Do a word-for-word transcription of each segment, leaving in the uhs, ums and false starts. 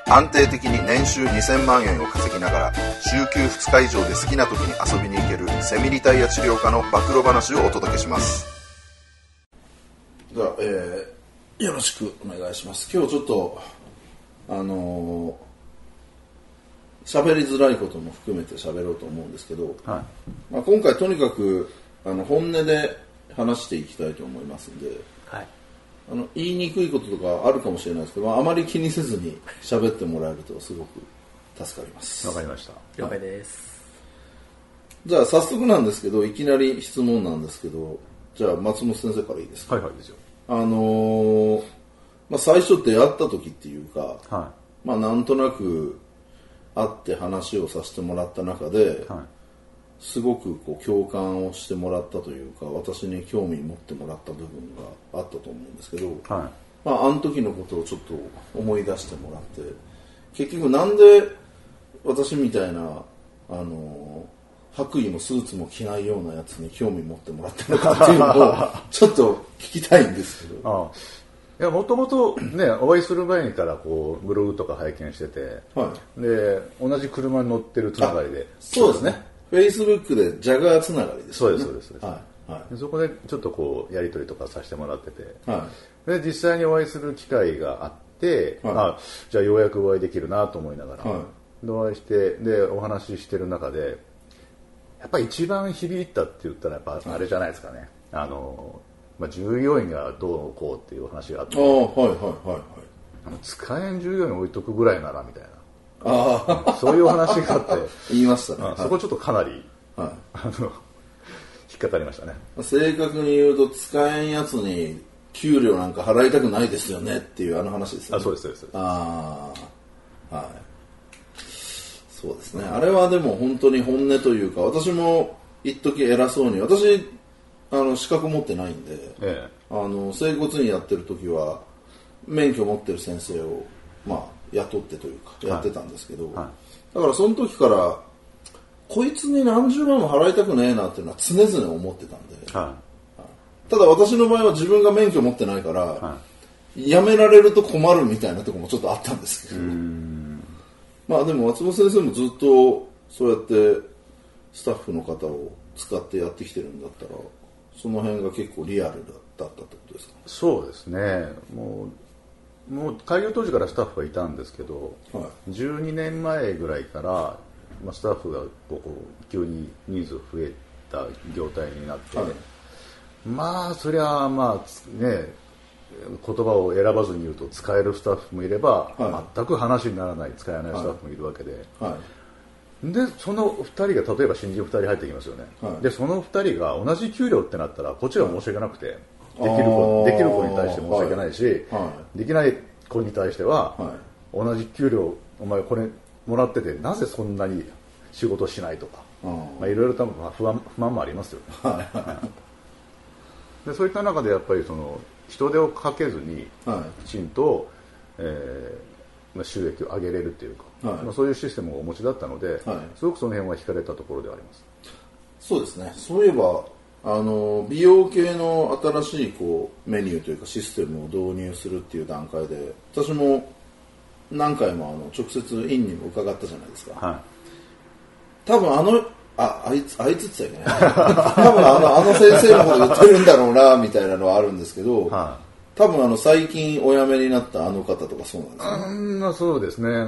安定的に年収にせんまんえんを稼ぎながら週休ふつか以上で好きな時に遊びに行けるセミリタイア治療科の暴露話をお届けします。 では、えー、よろしくお願いします。今日ちょっとあのー、喋りづらいことも含めて喋ろうと思うんですけど、はい、まあ、今回とにかくあの本音で話していきたいと思いますので、はい、あの言いにくいこととかあるかもしれないですけど、まあ、あまり気にせずに喋ってもらえるとすごく助かります。 わかりました。 了解です。 じゃあ早速なんですけど、いきなり質問なんですけど、じゃあ松本先生からいいですか。 はいはいですよ。 あのーまあ、最初出会った時っていうか、はい、まあ、なんとなく会って話をさせてもらった中で、はい、すごくこう共感をしてもらったというか、私に興味持ってもらった部分があったと思うんですけど、はい、まあ、あの時のことをちょっと思い出してもらって、結局なんで私みたいなあの白衣もスーツも着ないようなやつに興味持ってもらったのかっていうのをちょっと聞きたいんですけど。ああ、 いや、もともとね、お会いする前からこうブログとか拝見してて、はい、で同じ車に乗ってるつながりで。 そうですね。フェイスブックでジャガーつながりですね。 そうですそうです。はいはい、そこでちょっとこうやり取りとかさせてもらってて、はい、で実際にお会いする機会があって、はい、あ、じゃあようやくお会いできるなと思いながら、はい、でお会いしてでお話ししてる中で、やっぱり一番響いたって言ったらやっぱあれじゃないですかね。あのまあ、従業員がどうのこうっていう話があって、あ、はいはいはいはい、あの使えん従業員置いとくぐらいならみたいな、あそういう話があって言いましたね。 そこちょっとかなり、はい、あの引っかかりましたね。 正確に言うと使えんやつに給料なんか払いたくないですよねっていうあの話ですよね。 あ、そうですそうです。 ああ、はい、そうですね。あれはでも本当に本音というか、私も一時偉そうに、私あの資格持ってないんで、ええ、あの整骨院やってる時は免許持ってる先生を、まあ、雇ってというかやってたんですけど、はいはい、だからその時からこいつに何十万も払いたくねえなっていうのは常々思ってたんで、はい、ただ私の場合は自分が免許持ってないから、はい、辞められると困るみたいなところもちょっとあったんですけど、うーん、まあでも松本先生もずっとそうやってスタッフの方を使ってやってきてるんだったら、その辺が結構リアルだったってことですか。 そうですね。もう、もう開業当時からスタッフはいたんですけど、はい、じゅうにねんまえぐらいから、まあ、スタッフがこう急にニーズ増えた業態になって、はい、まあそりゃまあね、言葉を選ばずに言うと使えるスタッフもいれば、はい、全く話にならない使えないスタッフもいるわけで、はいはい、でそのふたりが例えば新人ふたり入ってきますよね、はい、でそのふたりが同じ給料ってなったらこっちは申し訳なくて、できる子、できる子に対して申し訳ないし、はいはい、できない子に対しては、はい、同じ給料お前これもらっててなぜそんなに仕事しないとか、まあ、いろいろ多分不安、不満もありますよね、はいはい、でそういった中でやっぱりその人手をかけずにきちんと、えーまあ、収益を上げれるというか、はい、まあ、そういうシステムをお持ちだったので、はい、すごくその辺は惹かれたところではあります。 そうですね。そういえばあの美容系の新しいこうメニューというかシステムを導入するっていう段階で、私も何回もあの直接院にも伺ったじゃないですか、はい、多分あのああいつあいつって言っちゃいけない多分あのあの先生のこと言ってるんだろうなみたいなのはあるんですけど、はい、多分あの最近お辞めになったあの方とかそうなんですね。 うん、そうですね、うん、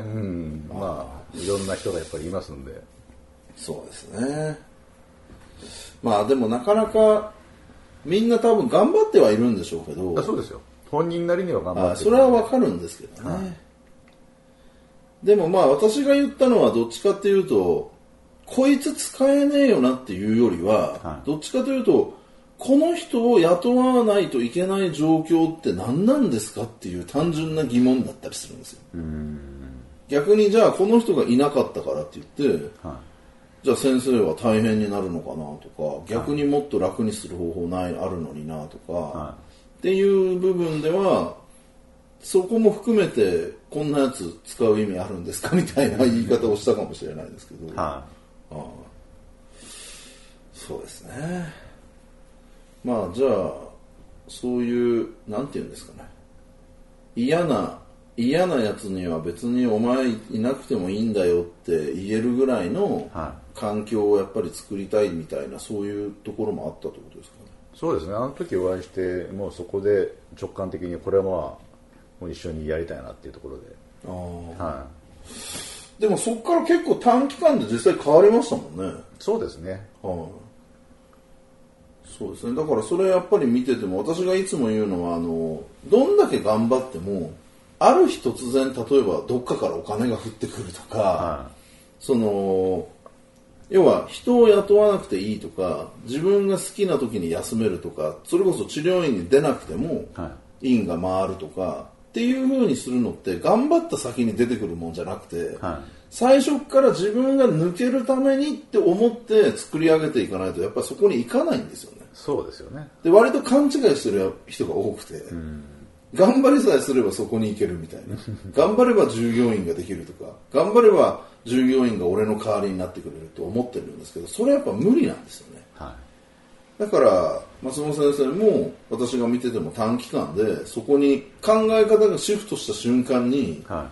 まあいろんな人がやっぱりいますんで。 そうですね。まあでもなかなかみんな多分頑張ってはいるんでしょうけど。 そうですよ、本人なりには頑張ってる。 あ、それはわかるんですけどね、はい、でもまあ私が言ったのはどっちかっていうと、こいつ使えねえよなっていうよりは、はい、どっちかというとこの人を雇わないといけない状況って何なんですかっていう単純な疑問だったりするんですよ。うーん、逆にじゃあこの人がいなかったからって言って、はい、じゃあ先生は大変になるのかなとか、逆にもっと楽にする方法ないあるのになとか、はい、っていう部分ではそこも含めてこんなやつ使う意味あるんですかみたいな言い方をしたかもしれないですけど、はい、ああ、そうですね。まあじゃあそういうなんていうんですかね、嫌な嫌なやつには別にお前いなくてもいいんだよって言えるぐらいの環境をやっぱり作りたいみたいな、そういうところもあったってことですかね。 そうですね、あの時お会いしてもうそこで直感的にこれはまあもう一緒にやりたいなっていうところで、 あ、はい、でもそこから結構短期間で実際変わりましたもんね。 そうですね、 はい、そうですね。だからそれやっぱり見てても私がいつも言うのは、あのどんだけ頑張ってもある日突然例えばどっかからお金が降ってくるとか、はい、その要は人を雇わなくていいとか、自分が好きな時に休めるとか、それこそ治療院に出なくても院が回るとかっていう風にするのって頑張った先に出てくるもんじゃなくて、はい、最初から自分が抜けるためにって思って作り上げていかないとやっぱりそこに行かないんですよね。 そうですよね。 で割と勘違いしてる人が多くて、うん、頑張りさえすればそこに行けるみたいな頑張れば従業員ができるとか、頑張れば従業員が俺の代わりになってくれると思ってるんですけど、それはやっぱ無理なんですよね、はい、だから松本先生も私が見てても短期間でそこに考え方がシフトした瞬間に、はい、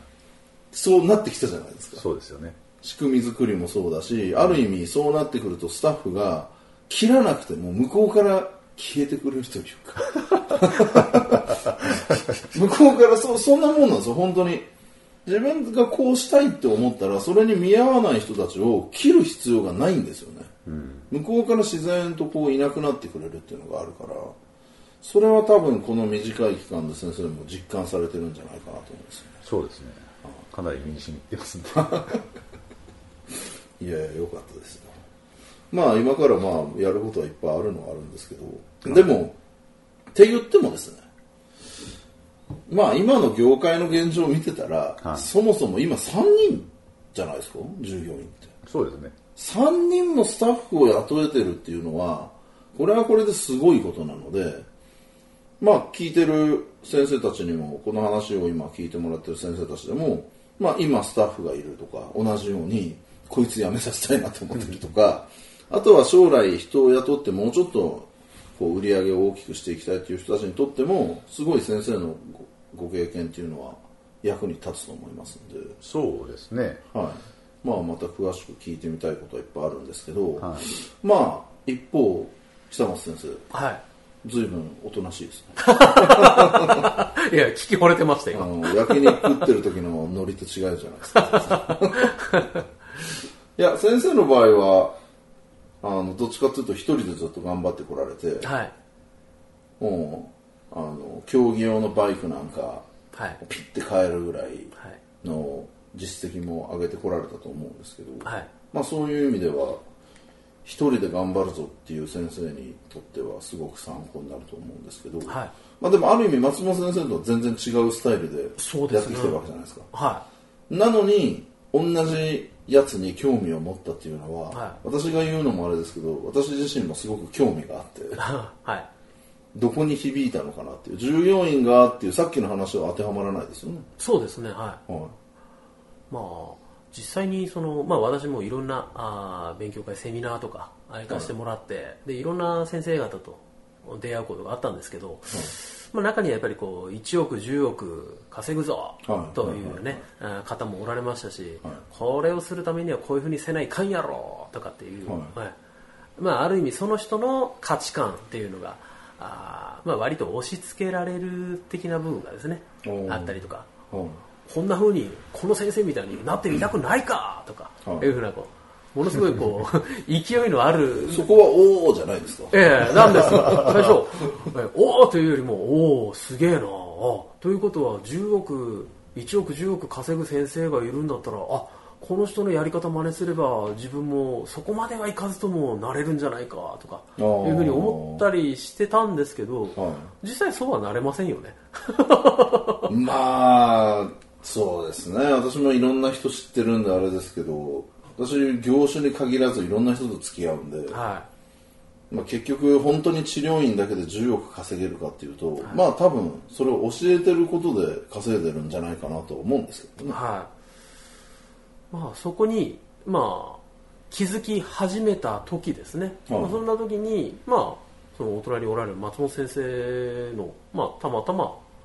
そうなってきたじゃないですか。 そうですよね。 仕組み作りもそうだし、ある意味そうなってくるとスタッフが切らなくても向こうから消えてくれるというか向こうから そ, そんなもんなんですよ本当に。自分がこうしたいって思ったらそれに見合わない人たちを切る必要がないんですよね、うん、向こうから自然とこういなくなってくれるっていうのがあるから、それは多分この短い期間で先生も実感されてるんじゃないかなと思うんですよね。 そうですね、かなり身に染みてますねいやいや良かったですよ。まあ今からまあやることはいっぱいあるのはあるんですけど、でもって言ってもですね、まあ今の業界の現状を見てたら、はい、そもそも今さんにんじゃないですか従業員って。 そうですね。 さんにんのスタッフを雇えてるっていうのはこれはこれですごいことなので、まあ聞いてる先生たちにもこの話を今聞いてもらってる先生たちでも、まあ今スタッフがいるとか同じようにこいつ辞めさせたいなと思ってるとか、うん、あとは将来人を雇ってもうちょっとこう売り上げを大きくしていきたいという人たちにとってもすごい先生のご経験っていうのは役に立つと思いますので。 そうですね、 はい、まあまた詳しく聞いてみたいことはいっぱいあるんですけど、はい、まあ一方久松先生、はい、随分おとなしいですねいや聞き惚れてましたよ。 あの焼肉食ってる時のノリと違うじゃないですかいや先生の場合はあのどっちかというと一人でずっと頑張ってこられて、はい、もうあの競技用のバイクなんか、はい、ピッて買えるぐらいの実績も上げてこられたと思うんですけど、はい、まあ、そういう意味では一人で頑張るぞっていう先生にとってはすごく参考になると思うんですけど、はい、まあ、でもある意味松本先生とは全然違うスタイルでやってきてるわけじゃないですか。はい、なのに同じやつに興味を持ったっていうのは、はい、私が言うのもあれですけど私自身もすごく興味があってはい、どこに響いたのかなっていう、従業員がっていうさっきの話は当てはまらないですよね。 そうですね、はい、はい、まあ実際にその、まあ、私もいろんなあ勉強会セミナーとか行かせてもらって、はい、でいろんな先生方と出会うことがあったんですけど、はい、まあ、中にはやっぱりこういちおくじゅうおく稼ぐぞというね方もおられましたし、はい、これをするためにはこういうふうにせないかんやろとかっていう、はいはい、まあ、ある意味その人の価値観っていうのがあ、まあ、割と押し付けられる的な部分がですねあったりとか、こんな風にこの先生みたいになってみたくないかとか、はい、いうふうなこうものすごいこう勢いのあるそこはおおじゃないですか。 ええ、なんですよ最初おおというよりもおおすげえなあということはじゅうおくいちおくじゅうおく稼ぐ先生がいるんだったら、あこの人のやり方真似すれば自分もそこまではいかずともなれるんじゃないかとかいうふうに思ったりしてたんですけど、はい、実際そうはなれませんよねまあそうですね、私もいろんな人知ってるんであれですけど、私業種に限らずいろんな人と付き合うんで、はい、まあ、結局本当に治療院だけでじゅうおく稼げるかっていうと、はい、まあ多分それを教えてることで稼いでるんじゃないかなと思うんですけどね、はい、 まあ、そこに、まあ、気づき始めた時ですね、はい、まあ、そんな時に、まあ、そのお隣におられる松本先生の、まあ、たまたま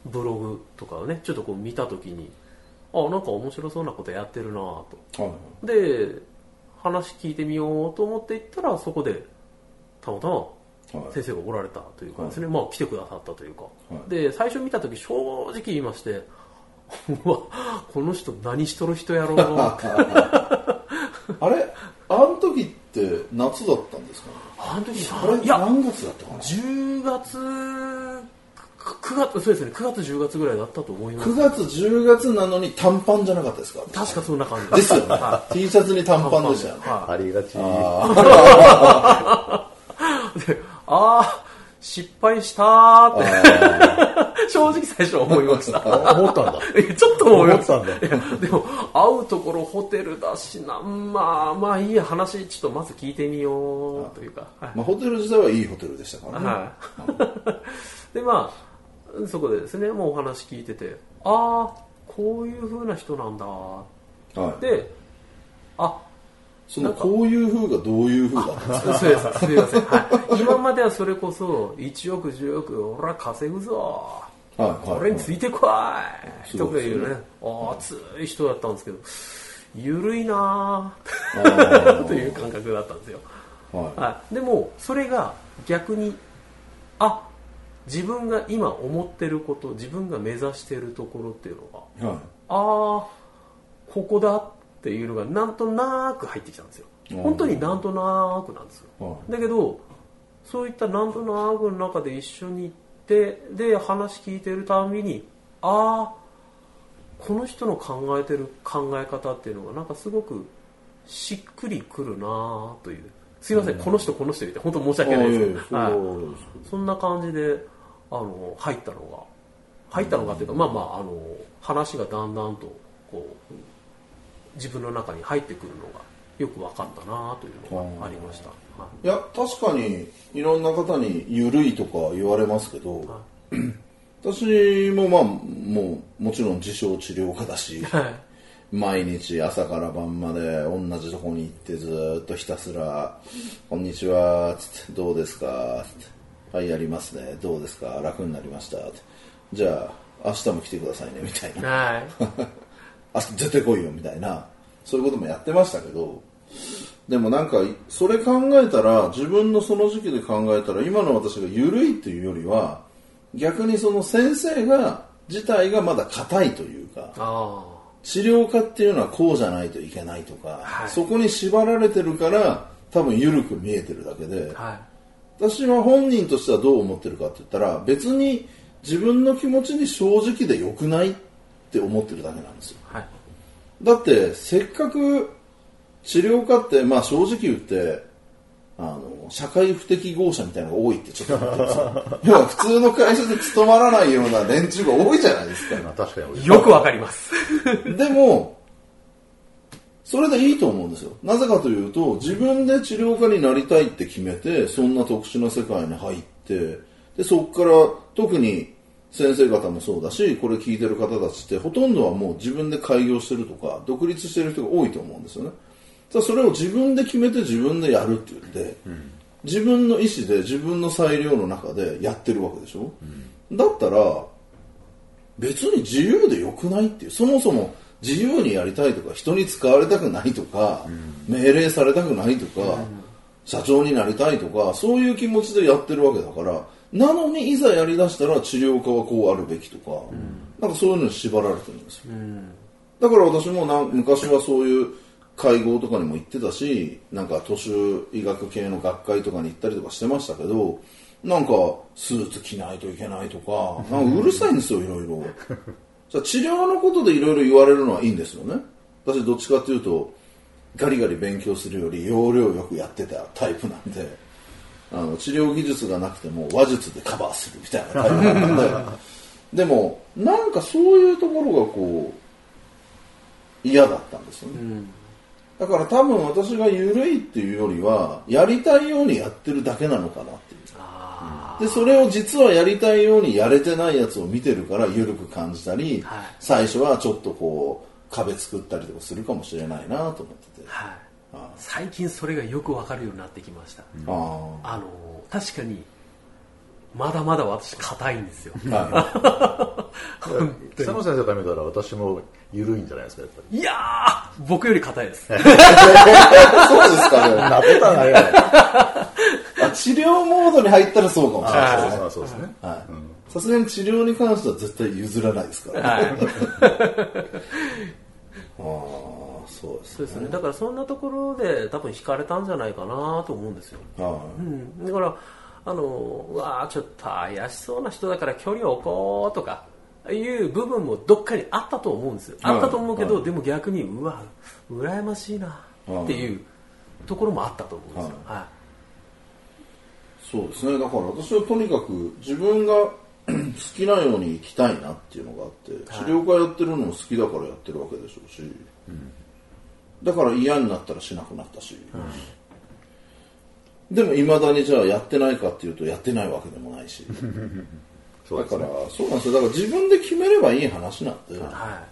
ブログとかをねちょっとこう見たときに、あなんか面白そうなことやってるなと、はい、で話聞いてみようと思って行ったら、そこでたまたま先生がおられたというかですね、はい、まあ来てくださったというか、はい、で最初見たとき正直言いまして、うわこの人何しとる人やろうってあれあの時って夏だったんですかね。 あの時あれ何月だったかな。 じゅうがつくがつ、そうですね、くがつじゅうがつぐらいだったと思います。 くがつじゅうがつなのに短パンじゃなかったですか。 確かそんな感じですよね、はい、T シャツに短パンでしたよね、 はい、ありがち。 あであ失敗したーって正直最初は思いました思ったんだちょっと思いました思ったんだでも会うところホテルだしな、まあまあいいや、話ちょっとまず聞いてみようというか、はい、 まあ、ホテル自体はいいホテルでしたからね、 はい、でまあそこでですね、もうお話聞いてて、ああこういう風な人なんだ、はい、であそのこういう風がどういう風だったんですか。 そうです、すみません、はい、今まではそれこそいちおくじゅうおく俺は稼ぐぞ、はいはいはい、これについてこいとかいうね、熱い人だったんですけど、ゆるいなという感覚だったんですよ、はいはい、でもそれが逆にあ自分が今思ってること、自分が目指してるところっていうのが、はい、ああここだっていうのがなんとなく入ってきたんですよ。本当になんとなくなんですよ、はい、だけどそういったなんとなくの中で一緒に行ってで話聞いてるたびに、ああこの人の考えてる考え方っていうのがなんかすごくしっくりくるなという、すいません、うん、この人この人言って本当申し訳ないですけど、はい、そんな感じであの入ったのが入ったのがっていうか、まあまああの話がだんだんとこう自分の中に入ってくるのがよく分かったなというのがありました、はい、 いや確かにいろんな方にゆるいとか言われますけど、はい、私もまあもうもちろん自称治療家だし、はい、毎日朝から晩まで同じとこに行ってずっとひたすらこんにちはつってどうですかつってはいやりますねどうですか楽になりましたってじゃあ明日も来てくださいねみたいな、はいあ出てこいよみたいなそういうこともやってましたけど、でもなんかそれ考えたら自分のその時期で考えたら今の私が緩いっていうよりは逆にその先生が自体がまだ硬いというか、あ治療家っていうのはこうじゃないといけないとか、はい、そこに縛られてるから多分緩く見えてるだけで、はい、私は本人としてはどう思ってるかって言ったら別に自分の気持ちに正直でよくないって思ってるだけなんですよ、はい、だってせっかく治療家ってまあ正直言ってあの社会不適合者みたいなのが多いってちょっと思ってますよ要は普通の会社で勤まらないような連中が多いじゃないですか、まあ、 確かによくわかりますでもそれでいいと思うんですよ。なぜかというと自分で治療家になりたいって決めてそんな特殊な世界に入ってでそこから特に先生方もそうだしこれ聞いてる方たちってほとんどはもう自分で開業してるとか独立してる人が多いと思うんですよね。それを自分で決めて自分でやるって言って、うん、自分の意思で自分の裁量の中でやってるわけでしょ、うん、だったら別に自由でよくないっていうそもそも自由にやりたいとか人に使われたくないとか、うん、命令されたくないとか、うん、社長になりたいとかそういう気持ちでやってるわけだからなのにいざやりだしたら治療家はこうあるべきとか、うん、なんかそういうのに縛られてるんですよ、うん、だから私もな昔はそういう会合とかにも行ってたしなんか都市医学系の学会とかに行ったりとかしてましたけどなんかスーツ着ないといけないとかなんかうるさいんですよいろいろじゃ治療のことでいろいろ言われるのはいいんですよね。私どっちかっていうとガリガリ勉強するより要領よくやってたタイプなんであの治療技術がなくても話術でカバーするみたいなタイプなんででもなんかそういうところがこう嫌だったんですよね、うん、だから多分私が緩いっていうよりはやりたいようにやってるだけなのかなっていうあでそれを実はやりたいようにやれてないやつを見てるから緩く感じたり、はい、最初はちょっとこう壁作ったりとかするかもしれないなと思ってて、はい最近それがよく分かるようになってきました、うん、あの確かにまだまだ私硬いんですよ、は佐野先生から見たら私も緩いんじゃないですか、やっぱり。 いやー、僕より硬いです。 そうですかね。 なことはないよ。 治療モードに入ったらそうかもしれないですね。 そうですね。 さすがに治療に関しては絶対譲らないですから、ね。はい、ああ、そうですね。 そうですね。だからそんなところで多分惹かれたんじゃないかなと思うんですよ。はい、うん、だからあのうわちょっと怪しそうな人だから距離を置こうとかいう部分もどっかにあったと思うんですよ。あったと思うけど、はい、でも逆にうわ羨ましいなっていうところもあったと思うんですよ。はいはい、 そうですね。だから私はとにかく自分が好きなように生きたいなっていうのがあって、治療家やってるのも好きだからやってるわけでしょうし、うん、だから嫌になったらしなくなったし、うん、でも未だにじゃあやってないかっていうとやってないわけでもないしだからそうなんですよ。だから自分で決めればいい話なんで、はい、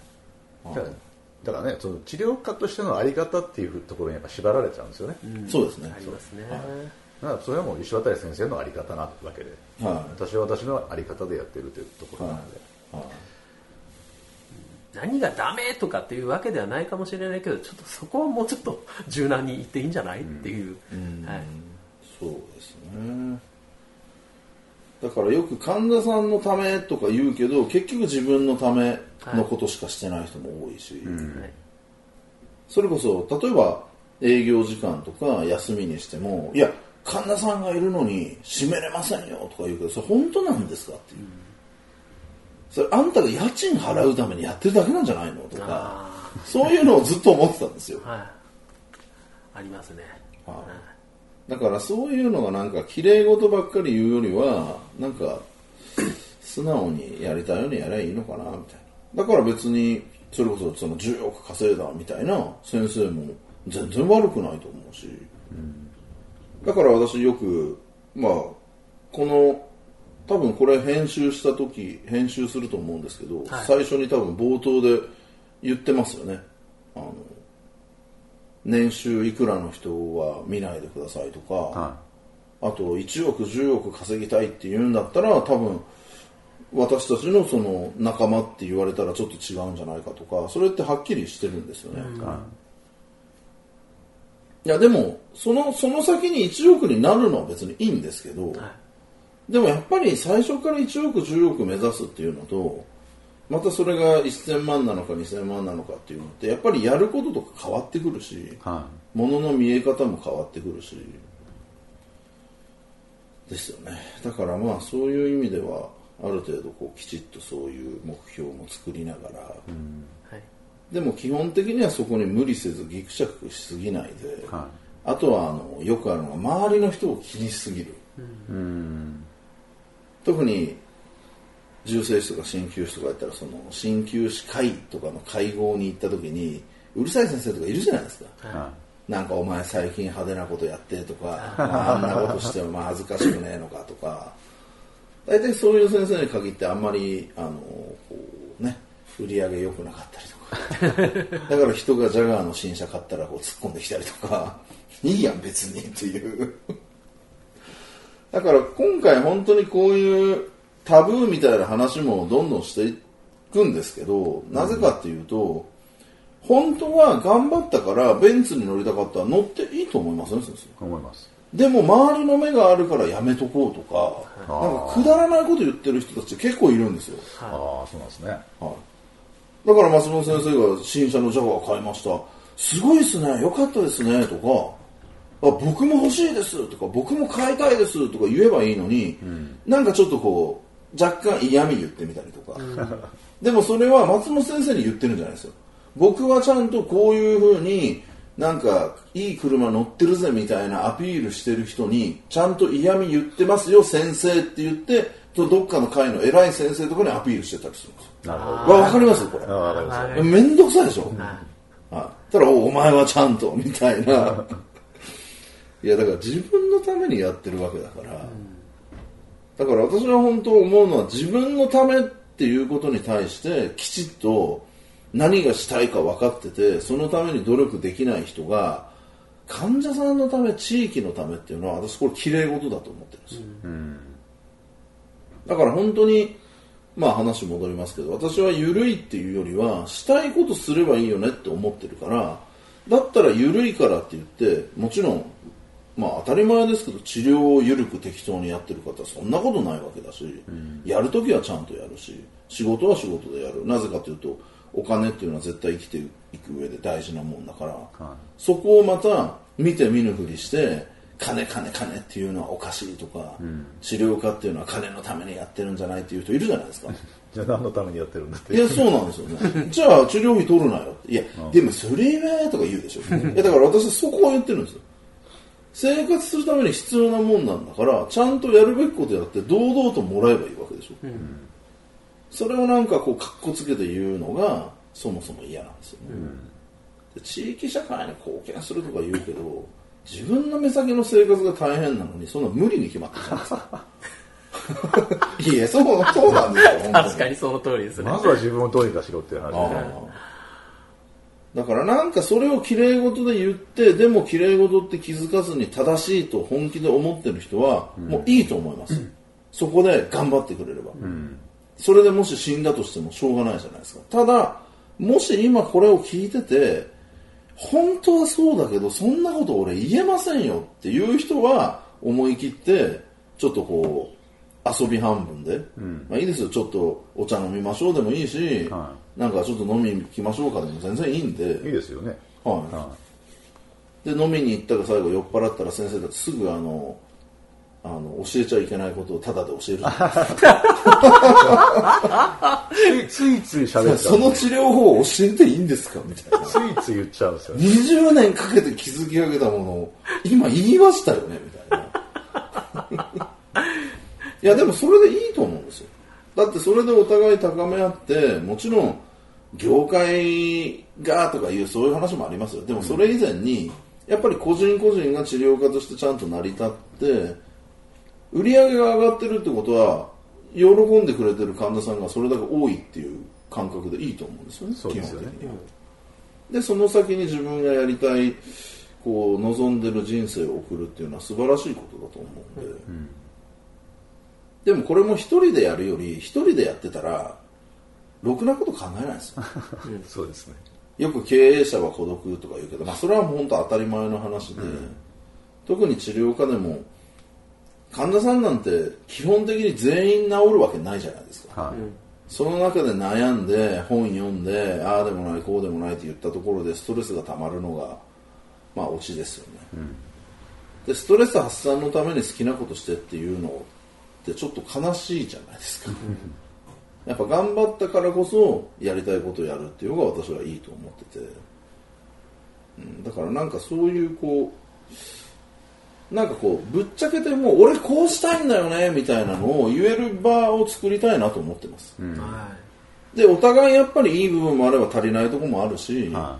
だからだからね、その治療家としてのあり方っていうところにやっぱ縛られちゃうんですよね。 うん、そうですね。 ありますね。 だからそれはもう石渡先生のあり方なわけで、はい、私は私のあり方でやってるというところなので、はいはい、 何がダメとかっていうわけではないかもしれないけど、ちょっとそこはもうちょっと柔軟に言っていいんじゃない、うん、っていう、うんはい、 そうですね。だからよく患者さんのためとか言うけど結局自分のためのことしかしてない人も多いし、はいうん、それこそ例えば営業時間とか休みにしてもいや患者さんがいるのに閉めれませんよとか言うけどそれ本当なんですかっていう、うん、それあんたが家賃払うためにやってるだけなんじゃないのとかそういうのをずっと思ってたんですよ、はい、 ありますね、はいはいだからそういうのがなんか綺麗事ばっかり言うよりはなんか素直にやりたいようにやればいいのかなみたいな。だから別にそれこそそのじゅうおく稼いだみたいな先生も全然悪くないと思うし、うん、だから私よくまあこの多分これ編集した時編集すると思うんですけど、はい、最初に多分冒頭で言ってますよね。あの年収いくらの人は見ないでくださいとか、はい、あといちおくじゅうおく稼ぎたいって言うんだったら多分私たちのその仲間って言われたらちょっと違うんじゃないかとかそれってはっきりしてるんですよね、うんはい、いやでもその、その先にいちおくになるのは別にいいんですけど、はい、でもやっぱり最初からいちおくじゅうおく目指すっていうのとまたそれがせんまんなのかにせんまんなのかっていうのってやっぱりやることとか変わってくるし、はい、物の見え方も変わってくるしですよね。だからまあそういう意味ではある程度こうきちっとそういう目標も作りながら、うんはい、でも基本的にはそこに無理せずギクシャクしすぎないで、はい、あとはあのよくあるのが周りの人を気にしすぎる、うん、特に重生師とか鍼灸師とかやったらその鍼灸師会とかの会合に行った時にうるさい先生とかいるじゃないですか、はい、なんかお前最近派手なことやってとか、まあ、あんなことしてもまあ恥ずかしくねえのかとか大体そういう先生に限ってあんまりあのこう、ね、売り上げ良くなかったりとかだから人がジャガーの新車買ったらこう突っ込んできたりとかいいやん別にっていうだから今回本当にこういうタブーみたいな話もどんどんしていくんですけどなぜかっていうと本当は頑張ったからベンツに乗りたかったら乗っていいと思いますね先生。 思います。 でも周りの目があるからやめとこうとかなんかくだらないこと言ってる人たち結構いるんですよ。 ああそうなんですね、 はい、だから松本先生が新車のジャガー買いましたすごいですねよかったですねとかあ僕も欲しいですとか僕も買いたいですとか言えばいいのに、うん、なんかちょっとこう若干嫌味言ってみたりとか、うん、でもそれは松本先生に言ってるんじゃないですよ。僕はちゃんとこういう風になんかいい車乗ってるぜみたいなアピールしてる人にちゃんと嫌味言ってますよ先生って言ってとどっかの会の偉い先生とかにアピールしてたりするんですよ。なるほど。わかりますこれ。わかります。めんどくさいでしょ。はい。ただ お, お前はちゃんとみたいな。いやだから自分のためにやってるわけだから。うんだから私は本当思うのは自分のためっていうことに対してきちっと何がしたいか分かっててそのために努力できない人が患者さんのため地域のためっていうのは私これ綺麗事だと思ってるんですよ、うん、だから本当にまあ話戻りますけど、私は緩いっていうよりはしたいことすればいいよねって思ってるから、だったら緩いからって言ってもちろんまあ当たり前ですけど治療を緩く適当にやってる方はそんなことないわけだし、うん、やるときはちゃんとやるし仕事は仕事でやる。なぜかというとお金っていうのは絶対生きていく上で大事なもんだから、はい、そこをまた見て見ぬふりして金金金っていうのはおかしいとか、うん、治療家っていうのは金のためにやってるんじゃないっていう人いるじゃないですか。 じゃあ何のためにやってるんだって。 いやそうなんですよね。じゃあ治療費取るなよって。いや、うん、でもそれはとか言うでしょ。いやだから私はそこを言ってるんですよ。生活するために必要なもんなんだからちゃんとやるべきことやって堂々ともらえばいいわけでしょ。うん、それをなんかこうカッコつけて言うのがそもそも嫌なんですよね。うん、で地域社会に貢献するとか言うけど自分の目先の生活が大変なのにそんな無理に決まってるじゃないですか。いやそうそうなんですよ。 確かにその通りですね。 まずは自分をどうにかしろっていう話で、ね、 だからなんかそれを綺麗事で言ってでも綺麗事って気づかずに正しいと本気で思ってる人はもういいと思います、うん、そこで頑張ってくれれば、うん、それでもし死んだとしてもしょうがないじゃないですか。ただもし今これを聞いてて本当はそうだけどそんなこと俺言えませんよっていう人は思い切ってちょっとこう遊び半分で、うん、まあいいですよちょっとお茶飲みましょうでもいいし、はい、なんかちょっと飲みに行きましょうかでも全然いいんで。 いいですよね。 はい。はい、で飲みに行ったら最後酔っ払ったら先生たちすぐあのあの教えちゃいけないことをタダで教えるじゃないですか。ついつい喋っちゃう。 その治療法を教えていいんですかみたいな。 ついつい言っちゃうんですよ、ね。 にじゅうねんかけて築き上げたものを今言いましたよねみたいな。いやでもそれでいいと思うんですよ。だってそれでお互い高め合ってもちろん業界がとかいうそういう話もありますよ。でもそれ以前にやっぱり個人個人が治療家としてちゃんと成り立って売り上げが上がってるってことは喜んでくれてる患者さんがそれだけ多いっていう感覚でいいと思うんですよね。 そうですよね。 基本的に。でその先に自分がやりたいこう望んでる人生を送るっていうのは素晴らしいことだと思うんで、うん、でもこれも一人でやるより一人でやってたらろくなこと考えないですよ。 そうですね。 よく経営者は孤独とか言うけど、まあ、それはもう本当当たり前の話で、うん、特に治療科でも患者さんなんて基本的に全員治るわけないじゃないですか、はい、その中で悩んで本読んでああでもないこうでもないって言ったところでストレスがたまるのがまあオチですよね、うん、でストレス発散のために好きなことしてっていうのってちょっと悲しいじゃないですか。やっぱ頑張ったからこそやりたいことをやるっていうのが私はいいと思ってて、うん、だからなんかそういうこうなんかこうぶっちゃけてもう俺こうしたいんだよねみたいなのを言える場を作りたいなと思ってます、うん、でお互いやっぱりいい部分もあれば足りないところもあるし、はい、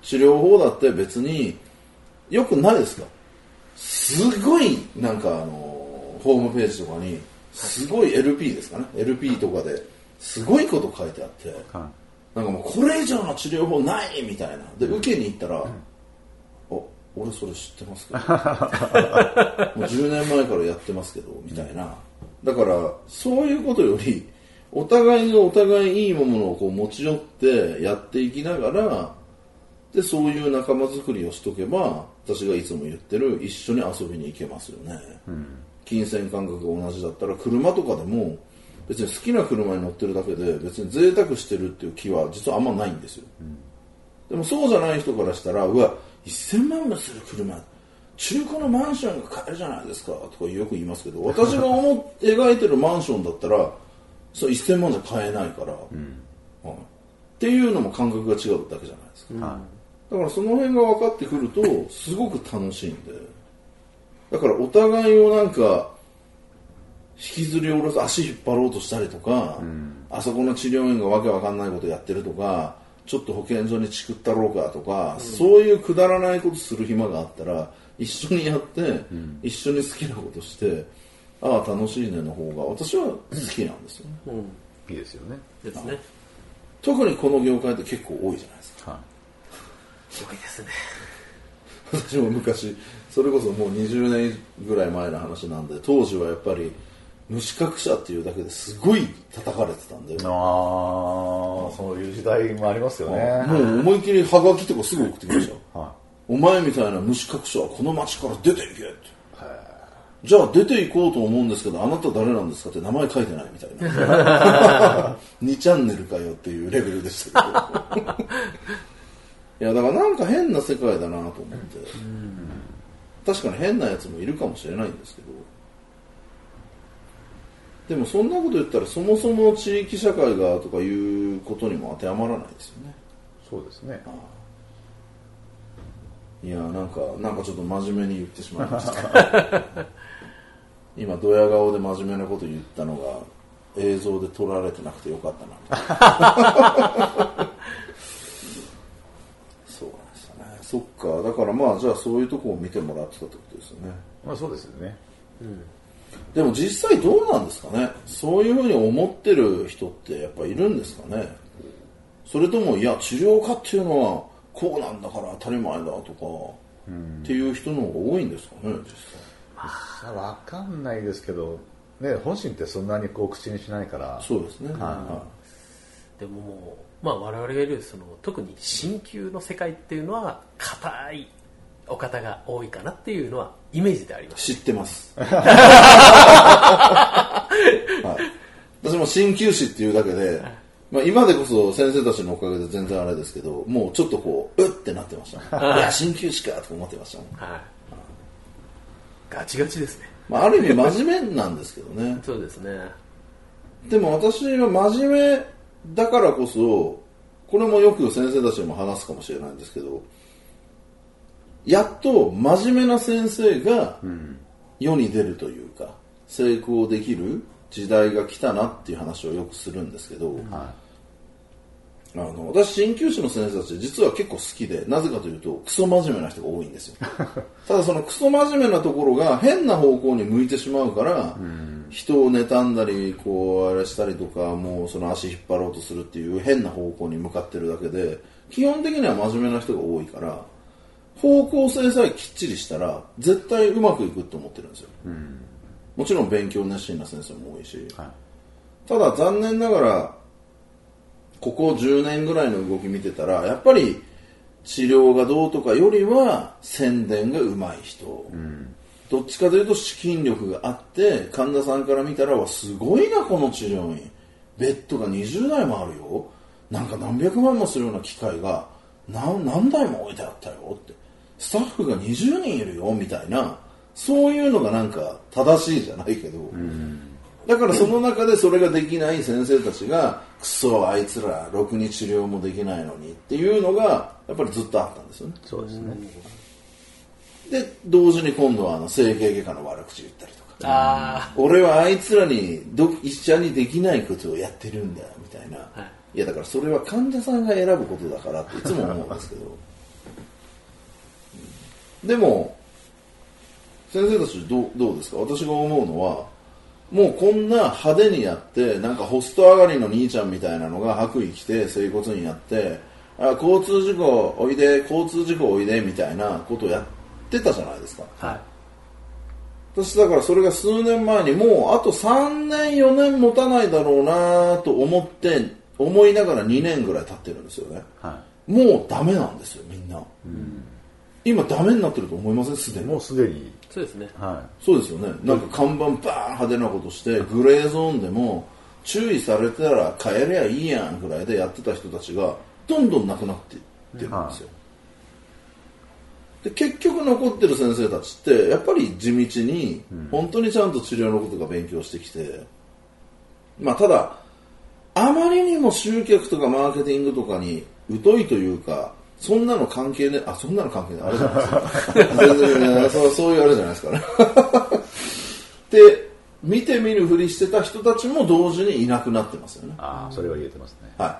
治療法だって別によくないですか。すごいなんかあのホームページとかにすごい エルピー ですかね エルピー とかですごいこと書いてあって、はい、なんかもうこれ以上の治療法ないみたいなで受けに行ったら、うん、あ俺それ知ってますけどもうじゅうねんまえからやってますけどみたいな。だからそういうことよりお互いがお互いいいものをこう持ち寄ってやっていきながらでそういう仲間作りをしとけば私がいつも言ってる一緒に遊びに行けますよね、うん、金銭感覚が同じだったら車とかでも別に好きな車に乗ってるだけで別に贅沢してるっていう気は実はあんまないんですよ、うん、でもそうじゃない人からしたらうわせんまんもする車中古のマンションが買えるじゃないですかとかよく言いますけど私が思描いてるマンションだったらそうせんまんじゃ買えないから、うんはい、っていうのも感覚が違うだけじゃないですか、うん、だからその辺が分かってくるとすごく楽しいんでだからお互いをなんか引きずり下ろす足引っ張ろうとしたりとか、うん、あそこの治療院がわけわかんないことやってるとかちょっと保健所にチクったろうかとか、うん、そういうくだらないことする暇があったら一緒にやって、うん、一緒に好きなことしてああ楽しいねの方が私は好きなんですよね、うん、 いいですよねですね。 特にこの業界って結構多いじゃないですか、はい、 多いですね。 私も昔それこそもうにじゅうねんぐらい前の話なんで当時はやっぱり虫隠者っていうだけですごい叩かれてたんだよ。 ああ、そういう時代もありますよね。 もう思いっきりハガキとかすぐ送ってきましたよ。はい、お前みたいな虫隠しはこの町から出ていけって。じゃあ出ていこうと思うんですけど、あなた誰なんですかって名前書いてないみたいな。にチャンネルかよっていうレベルでしたけど。いやだからなんか変な世界だなと思って。確かに変なやつもいるかもしれないんですけど。でもそんなこと言ったらそもそも地域社会がとかいうことにも当てはまらないですよね。 そうですね。ああ、 いやなんかなんかちょっと真面目に言ってしまいました今ドヤ顔で真面目なこと言ったのが映像で撮られてなくてよかったなそうなんですよね。そっか、だからまあじゃあそういうとこを見てもらってたってことですよね。 まあそうですよね、うん、 でも実際どうなんですかね。そういうふうに思ってる人ってやっぱいるんですかね。それともいや治療家っていうのはこうなんだから当たり前だとか、うん、っていう人の方が多いんですかね実際。 まあ、わかんないですけど、ね、本心ってそんなにこう口にしないから。 そうですね、 はい、でももう、まあ、我々がいるその特に鍼灸の世界っていうのは硬いお方が多いかなっていうのはイメージであります。 知ってます、はい、私も鍼灸師っていうだけで、まあ、今でこそ先生たちのおかげで全然あれですけど、もうちょっとこううってなってましたねいや鍼灸師かと思ってましたもん、はい、 ガチガチですね。 まあ、ある意味真面目なんですけどねそうですね。 でも私は真面目だからこそ、これもよく先生たちにも話すかもしれないんですけど、やっと真面目な先生が世に出るというか、成功できる時代が来たなっていう話をよくするんですけど、うん、あの私鍼灸師の先生たち実は結構好きで、なぜかというとクソ真面目な人が多いんですよただそのクソ真面目なところが変な方向に向いてしまうから、うん、人を妬んだりこうあれしたりとか、もうその足引っ張ろうとするっていう変な方向に向かってるだけで、基本的には真面目な人が多いから、方向性さえきっちりしたら絶対うまくいくと思ってるんですよ、うん、もちろん勉強熱心な先生も多いし、はい、ただ残念ながらここじゅうねんぐらいの動き見てたら、やっぱり治療がどうとかよりは宣伝が上手い人、うん、どっちかというと資金力があって、神田さんから見たらわすごいなこの治療院、ベッドがにじゅうだいもあるよ、なんか何百万もするような機械が 何, 何台も置いてあったよって、スタッフがにじゅうにんいるよみたいな、そういうのがなんか正しいじゃないけど、うん、だからその中でそれができない先生たちがクソあいつらろくに治療もできないのにっていうのがやっぱりずっとあったんですよね。 そうですね。 で同時に今度はあの整形外科の悪口言ったりとか、あ俺はあいつらにど一緒にできないことをやってるんだみたいな、はい、いやだからそれは患者さんが選ぶことだからっていつも思うんですけどでも先生たちどう、どうですか。私が思うのは、もうこんな派手にやってなんかホスト上がりの兄ちゃんみたいなのが白衣着て整骨院やって、あ交通事故おいで交通事故おいでみたいなことをやってたじゃないですか、はい、私だからそれが数年前にもうあとさんねんよねん持たないだろうなと思って思いながらにねんぐらい経ってるんですよね、はい、もうダメなんですよみんな、うん、今ダメになってると思いません？すでにもうすでにそうですね、 はい、そうですよね。なんか看板バーン派手なことしてグレーゾーンでも注意されたら帰ればいいやんぐらいでやってた人たちがどんどんなくなっていってるんですよ、はい、で結局残ってる先生たちってやっぱり地道に本当にちゃんと治療のことが勉強してきて、まあただあまりにも集客とかマーケティングとかに疎いというか、そんなの関係ね、あ、そんなの関係ない、あれじゃないですか。全然そう、そういうあれじゃないですかね。で、見て見ぬふりしてた人たちも同時にいなくなってますよね。 ああ、それは言えてますね。 はい。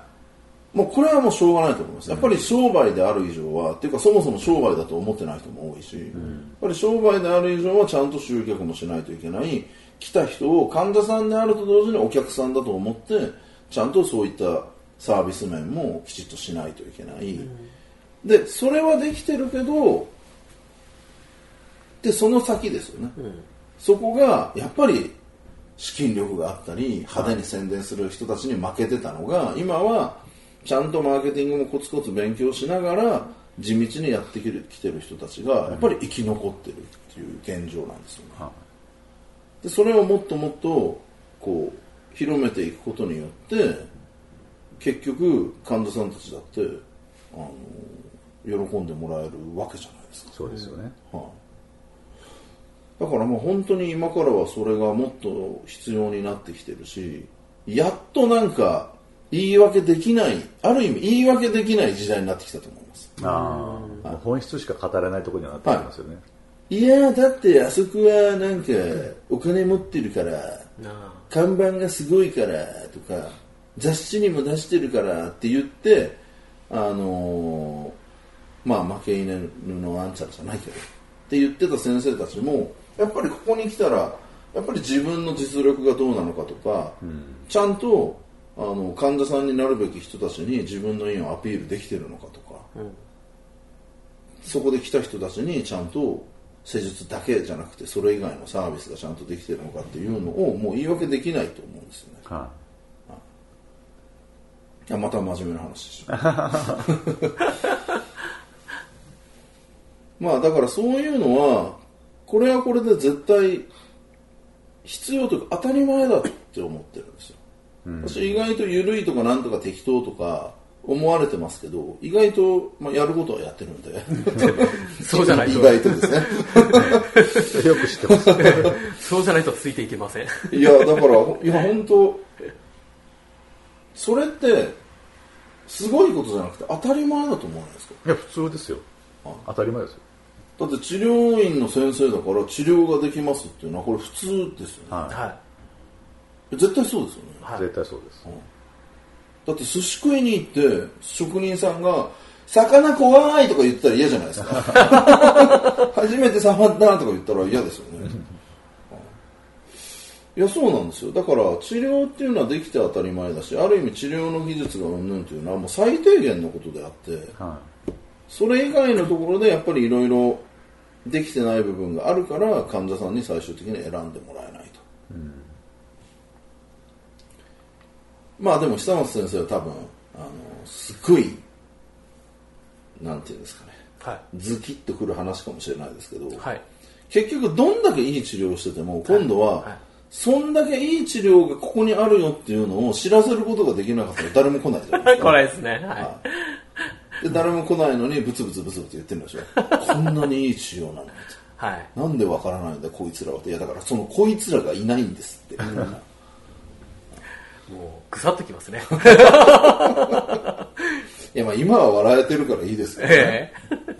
もうこれはもうしょうがないと思います。やっぱり商売である以上は、っていうかそもそも商売だと思ってない人も多いし、うん、やっぱり商売である以上はちゃんと集客もしないといけない。来た人を患者さんであると同時にお客さんだと思って、ちゃんとそういったサービス面もきちっとしないといけない。うんで、それはできてるけど、で、その先ですよね。うん、そこが、やっぱり、 資金力があったり派手に宣伝する人たちに負けてたのが、今はちゃんとマーケティングもコツコツ勉強しながら地道にやってきてる人たちがやっぱり生き残ってるっていう現状なんですよね。でそれをもっともっとこう広めていくことによって結局患者さんたちだってあの喜んでもらえるわけじゃないですか。 そうですよね、 はい、だからもう本当に今からはそれがもっと必要になってきてるし、やっとなんか言い訳できない、ある意味言い訳できない時代になってきたと思います。 あ、はい、本質しか語れないところにはなってきますよね、はい、 いやだってあそこはなんかお金持ってるから看板がすごいからとか雑誌にも出してるからって言ってあのー、まあ負け犬のあんちゃらじゃないけどって言ってた先生たちもやっぱりここに来たらやっぱり自分の実力がどうなのかとか、うん、ちゃんとあの患者さんになるべき人たちに自分の意をアピールできてるのかとか、うん、そこで来た人たちにちゃんと施術だけじゃなくてそれ以外のサービスがちゃんとできてるのかっていうのをもう言い訳できないと思うんですよね、はい、いやまた真面目な話でしょまあだからそういうのはこれはこれで絶対必要というか当たり前だって思ってるんですよ、うん、私意外と緩いとかなんとか適当とか思われてますけど意外と、まあ、やることはやってるんでそうじゃないと意外とですねよく知ってますそうじゃないとついていけませんいやだからいや本当それってすごいことじゃなくて当たり前だと思わないですか。 いや普通ですよ、当たり前ですよ。 だって治療院の先生だから治療ができますっていうのはこれ普通ですよね、はい、絶対そうですよね、 はい、絶対そうです、 うん、だって寿司食いに行って職人さんが魚怖いとか言ったら嫌じゃないですか初めて触ったとか言ったら嫌ですよねいやそうなんですよ。だから治療っていうのはできて当たり前だしある意味治療の技術がうんぬんというのはもう最低限のことであって、はい、それ以外のところでやっぱりいろいろできてない部分があるから患者さんに最終的に選んでもらえないと、うん、まあでも久松先生は多分あのすごいなんていうんですかね、はい、ズキッとくる話かもしれないですけど、はい、結局どんだけいい治療をしてても今度は、はいはい、そんだけいい治療がここにあるよっていうのを知らせることができなかったら誰も来ないじゃないですか来ないですね、はいはい、 で誰も来ないのにブツブツブツブツ言ってるんでしょこんなにいい治療なのに、はい、なんでわからないんだこいつらはって。いやだからそのこいつらがいないんですってもうぐさっときますねいやまあ今は笑えてるからいいですけどね、え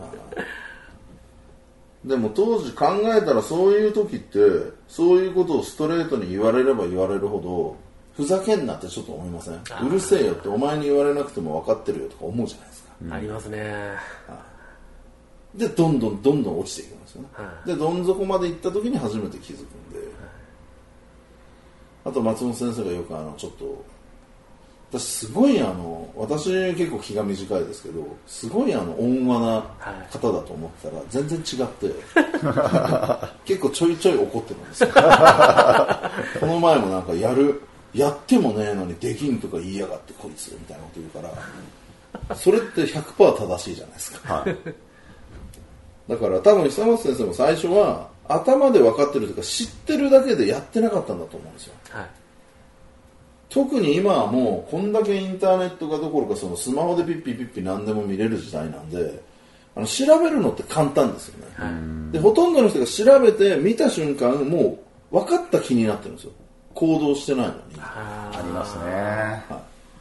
ー、でも当時考えたらそういう時ってそういうことをストレートに言われれば言われるほどふざけんなってちょっと思いません？うるせえよってお前に言われなくても分かってるよとか思うじゃないですか、 うん、ありますね。 でどんどんどんどん落ちていきますよね、はい、でどん底まで行った時に初めて気づくんで、はい、あと松本先生がよくあのちょっと私すごいあの私結構気が短いですけどすごいあの温和な方だと思ってたら全然違って結構ちょいちょい怒ってるんですよこの前もなんかやるやってもねえのにできんとか言いやがってこいつみたいなこと言うからそれって ひゃくパーセント 正しいじゃないですか、はい、だから多分久松先生も最初は頭で分かってるというか知ってるだけでやってなかったんだと思うんですよ、はい、特に今はもうこんだけインターネットがどころかそのスマホでピッピピッピ何でも見れる時代なんであの調べるのって簡単ですよね、はい、でほとんどの人が調べて見た瞬間もう分かった気になってるんですよ行動してないのに。 あ, ありますね、は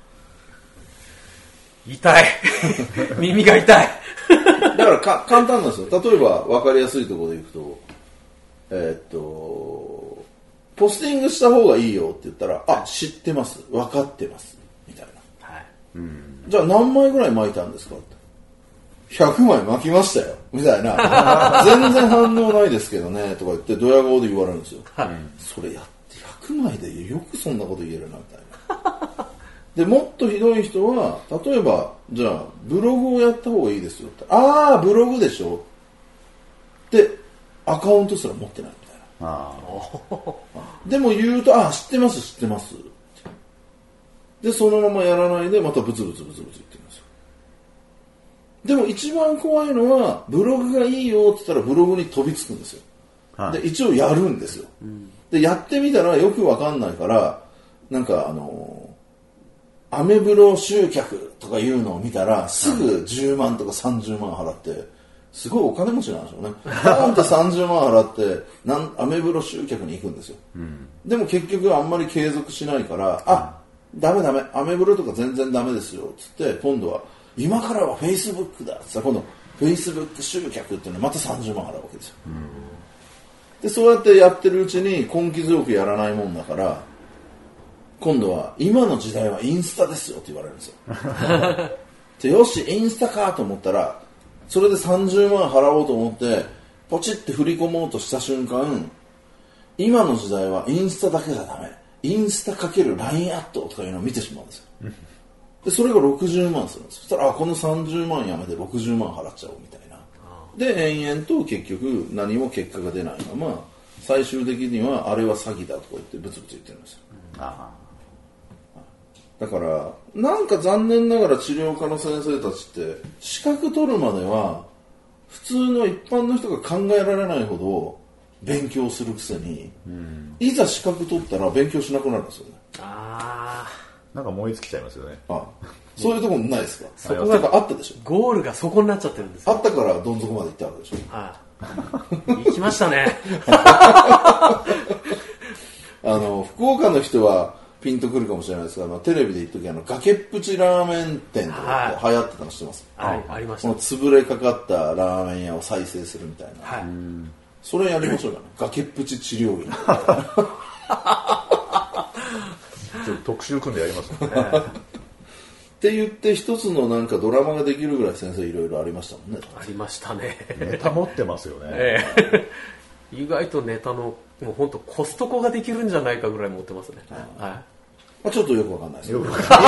い、痛い耳が痛いだからか簡単なんですよ。例えば分かりやすいところでいくとえー、っとポスティングした方がいいよって言ったらあ知ってます分かってますみたいな、はい、うんじゃあ何枚ぐらい巻いたんですかってひゃくまい巻きましたよみたいな全然反応ないですけどねとか言ってドヤ顔で言われるんですよ、はい、それやってひゃくまいでよくそんなこと言えるなみたいなでもっとひどい人は例えばじゃあブログをやった方がいいですよってああブログでしょってアカウントすら持ってないみたいあでも言うと、あ、知ってます知ってますでそのままやらないでまたブツブツブツブツ言ってるんですよ。でも一番怖いのはブログがいいよって言ったらブログに飛びつくんですよ、はい、で一応やるんですよ、うん、でやってみたらよくわかんないからなんかあのアメブロ集客とかいうのを見たらすぐじゅうまんとかさんじゅうまん払ってすごいお金持ちなんでしょうね。ポンってさんじゅうまん払ってなんアメブロ集客に行くんですよ、うん、でも結局あんまり継続しないからあ、ダメダメアメブロとか全然ダメですよっつって今度は今からはフェイスブックだっつったら今度フェイスブック集客っていうのまたさんじゅうまん払うわけですよ、うん、でそうやってやってるうちに根気強くやらないもんだから今度は今の時代はインスタですよって言われるんですよでよしインスタかと思ったらそれでさんじゅうまん払おうと思ってポチって振り込もうとした瞬間今の時代はインスタだけじゃダメインスタかける ライン アットとかいうのを見てしまうんですよでそれがろくじゅうまんするんですよ。そしたらあこのさんじゅうまんやめてろくじゅうまん払っちゃおうみたいなで延々と結局何も結果が出ないまま最終的にはあれは詐欺だとか言ってブツブツ言ってるんですよ、うん、あだからなんか残念ながら治療科の先生たちって資格取るまでは普通の一般の人が考えられないほど勉強するくせに、うん、いざ資格取ったら勉強しなくなるんですよね。あなんか燃え尽きちゃいますよね。あそういうところないですか。そこがあったでしょ。 ゴールがそこになっちゃってるんですよ。 あったからどん底まで行ったわけでしょ。 はい、行きましたねあの福岡の人はピンとくるかもしれないですが、あのテレビで言っときあの崖っぷちラーメン店とかって流行ってたの知ってます？ はい、ありました。 この潰れかかったラーメン屋を再生するみたいな。はい。それやりましょうかね。崖っぷち治療院。 ちょっと特集組んでやりますよね。 って言って一つのなんかドラマができるぐらい先生いろいろありましたもんね。 ありましたね。 ネタ持ってますよね。 ええ、意外とネタのもう本当コストコができるんじゃないかぐらい持ってますね。はい。はい、まあ、ちょっとよくわかんないです。よくわかんない。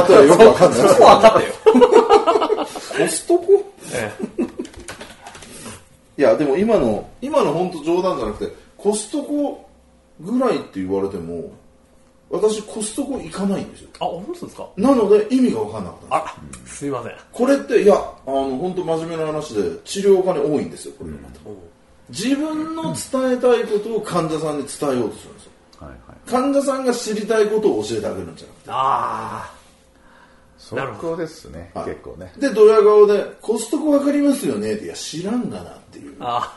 例えよくわかんない。 そこわかったよ。 コストコ？ええ。いやでも今の今の本当冗談じゃなくてコストコぐらいって言われても私コストコ行かないんですよ。 あ、本当ですか。 なので意味が分かんなかったんです。 あ、うん、すいません。 これっていやあの本当真面目な話で治療家に多いんですよこれがまた、うん、自分の伝えたいことを患者さんに伝えようとするんですよ、はいはい、患者さんが知りたいことを教えてあげるんじゃなくてああそこですね、はい、結構ねでドヤ顔でコストコ分かりますよねっていや知らんがなっていうあ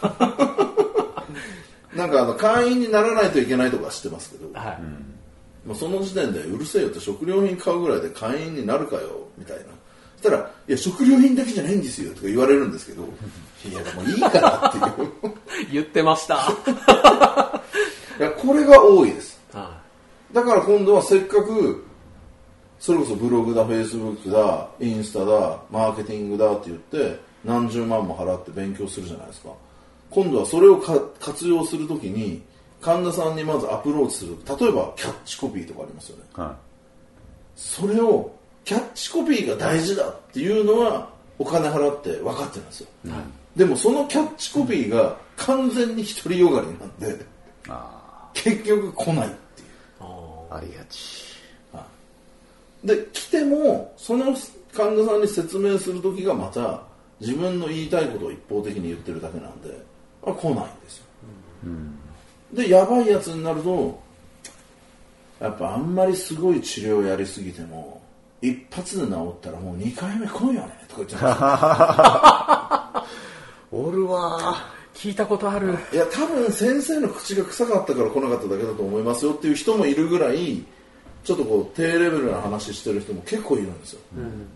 なんかあの会員にならないといけないとか知ってますけど、はい、もうその時点でうるせえよって食料品買うぐらいで会員になるかよみたいなそしたらいや食料品だけじゃないんですよとか言われるんですけどいやもういいからっていう言ってましたいやこれが多いです、はい、だから今度はせっかくそれこそブログだフェイスブックだインスタだマーケティングだって言って何十万も払って勉強するじゃないですか。今度はそれをか活用するときに患者さんにまずアプローチする例えばキャッチコピーとかありますよね、はい、それをキャッチコピーが大事だっていうのはお金払って分かってるんですよ、はい、でもそのキャッチコピーが完全に独りよがりなんであ結局来ないっていうありがちで来てもその患者さんに説明するときがまた自分の言いたいことを一方的に言ってるだけなんであ来ないんですよ、うん、でやばいやつになるとやっぱあんまりすごい治療をやりすぎても一発で治ったらもうにかいめ来いよねとか言っちゃうんですよおるわ聞いたことある。 いや多分先生の口が臭かったから来なかっただけだと思いますよっていう人もいるぐらいちょっとこう低レベルな話してる人も結構いるんですよ、うん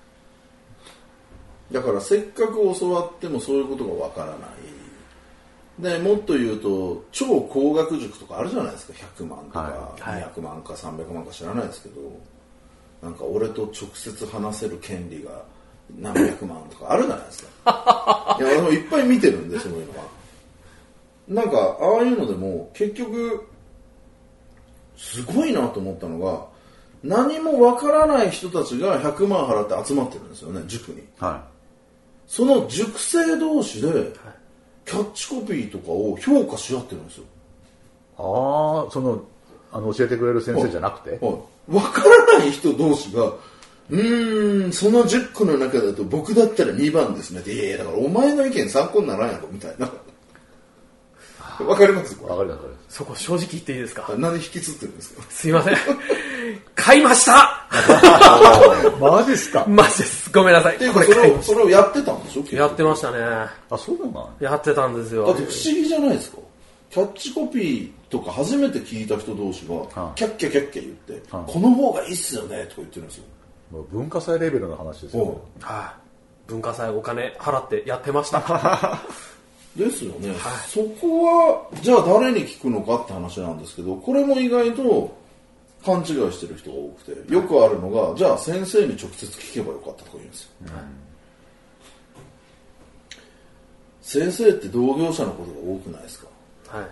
だからせっかく教わってもそういうことがわからないでもっと言うと超高学塾とかあるじゃないですかひゃくまんとか、はい、にひゃくまんかさんびゃくまんか知らないですけどなんか俺と直接話せる権利が何百万とかあるじゃないですかいや俺もいっぱい見てるんでそういうのはなんかああいうのでも結局すごいなと思ったのが何もわからない人たちがひゃくまん払って集まってるんですよね塾に、はいその塾生同士でキャッチコピーとかを評価し合ってるんですよ。 ああ、そのあの教えてくれる先生じゃなくて、 はい、分からない人同士が、うーん、そのじゅっこの中だと僕だったらにばんですねって、いやいやだからお前の意見参考にならんやろみたいな。わかりますか？ わかります。 そこ正直言っていいですか？ 何引きつってるんですか？ すいません。買いましたマジっすか？ マジです。ごめんなさい。 っていうかそれを、それをやってたんでしょ？ やってましたね。 あ、そうなの？ やってたんですよ。 だって不思議じゃないですか。キャッチコピーとか初めて聞いた人同士が、はあ、キャッキャキャッキャ言って、はあ、この方がいいっすよねとか言ってるんですよ。 もう文化祭レベルの話ですよ、ね。 はい。文化祭お金払ってやってました。 ですよね、はい、そこはじゃあ誰に聞くのかって話なんですけど、これも意外と勘違いしてる人が多くて、よくあるのが、じゃあ先生に直接聞けばよかったとか言うんですよ、うん、先生って同業者のことが多くないですか？はい、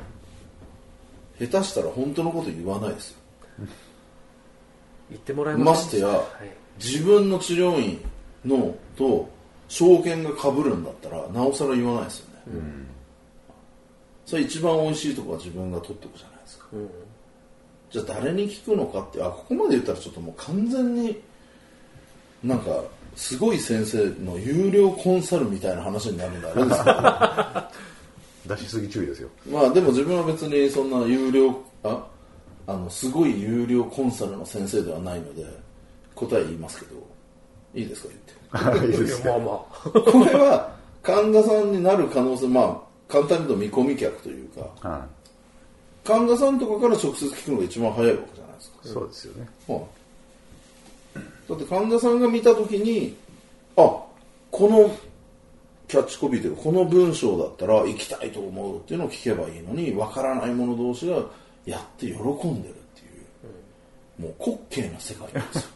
下手したら本当のこと言わないですよ。 言ってもらいます。ましてや、はい、自分の治療院のと証券が被るんだったらなおさら言わないですよね、うん、それ一番美味しいところは自分が取っておくじゃないですか、うん、じゃあ誰に聞くのかって、あ、ここまで言ったらちょっともう完全になんかすごい先生の有料コンサルみたいな話になるんだあれですけど出しすぎ注意ですよ。 まあでも自分は別にそんな有料ああのすごい有料コンサルの先生ではないので答え言いますけど、いいですか言って。 いいですか。 まあまあこれは患者さんになる可能性、まあ簡単に言うと見込み客というか、はい、患者さんとかから直接聞くのが一番早いわけじゃないですか。 そうですよね、 はい、だって患者さんが見たときに、あ、このキャッチコピーというかこの文章だったら行きたいと思うっていうのを聞けばいいのに、分からない者同士がやって喜んでるっていう、うん、もう滑稽な世界なんですよ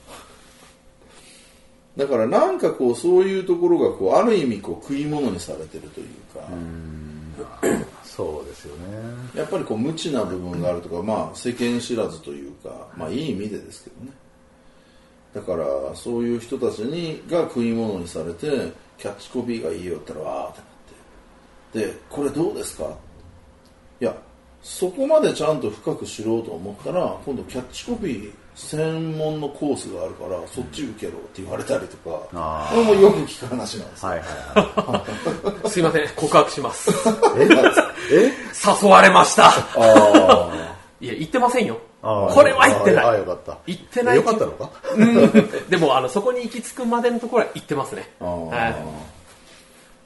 だからなんかこうそういうところがこうある意味こう食い物にされてるというか、うーんそうですよね。 やっぱりこう無知な部分があるとか、まあ世間知らずというか、まあいい意味でですけどね。だからそういう人たちにが食い物にされて、キャッチコピーがいいよって言ったらわーってなって、でこれどうですか？いや、そこまでちゃんと深く知ろうと思ったら今度キャッチコピー専門のコースがあるからそっち受けろって言われたりとか、これもよく聞く話なんですよ。はいはいはい、すいません、告白します。 ええ誘われました。あいや言ってませんよ。これは言ってない。 あよかった。 言ってない。 よかったのか。 うん、でもあのそこに行き着くまでのところは言ってますね。あ、はい、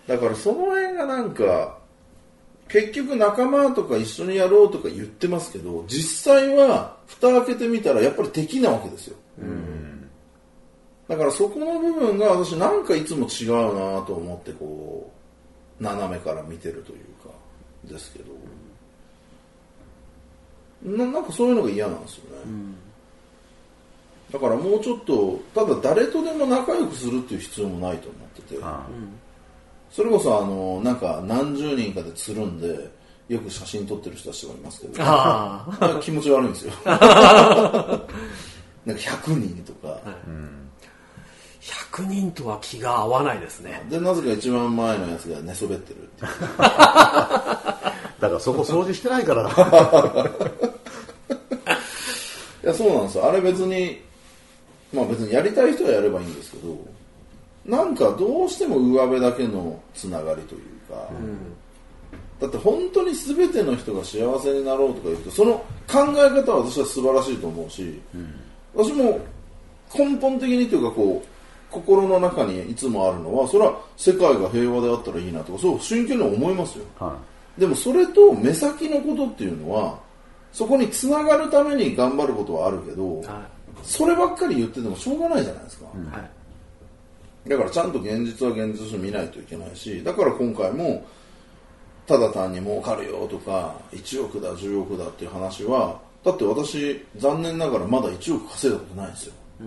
だからその辺がなんか結局仲間とか一緒にやろうとか言ってますけど、実際は蓋開けてみたらやっぱり敵なわけですよ。うん、だからそこの部分が私なんかいつも違うなと思ってこう斜めから見てるというかですけど、な, なんかそういうのが嫌なんですよね。うん、だからもうちょっとただ誰とでも仲良くするっていう必要もないと思ってて。ああ、うん、それこそあのなんか何十人かでつるんでよく写真撮ってる人たちがいますけど、あ気持ち悪いんですよなんかひゃくにんとか、はい、うん、 ひゃくにんとは気が合わないですね。 でなぜか一番前のやつが寝そべってるっていうだからそこ掃除してないからいやそうなんですよ。あれ別にまあ別にやりたい人はやればいいんですけど、なんかどうしても上辺だけのつながりというか、うん、だって本当に全ての人が幸せになろうとか言うとその考え方は私は素晴らしいと思うし、うん、私も根本的にというかこう心の中にいつもあるのは、それは世界が平和であったらいいなとかそう真剣に思いますよ、はい、でもそれと目先のことっていうのはそこにつながるために頑張ることはあるけど、はい、そればっかり言っててもしょうがないじゃないですか、うん、はい、だからちゃんと現実は現実として見ないといけないし、だから今回もただ単に儲かるよとかいちおくだじゅうおくだっていう話は、だって私残念ながらまだいちおく稼いだことないんですよ、うん、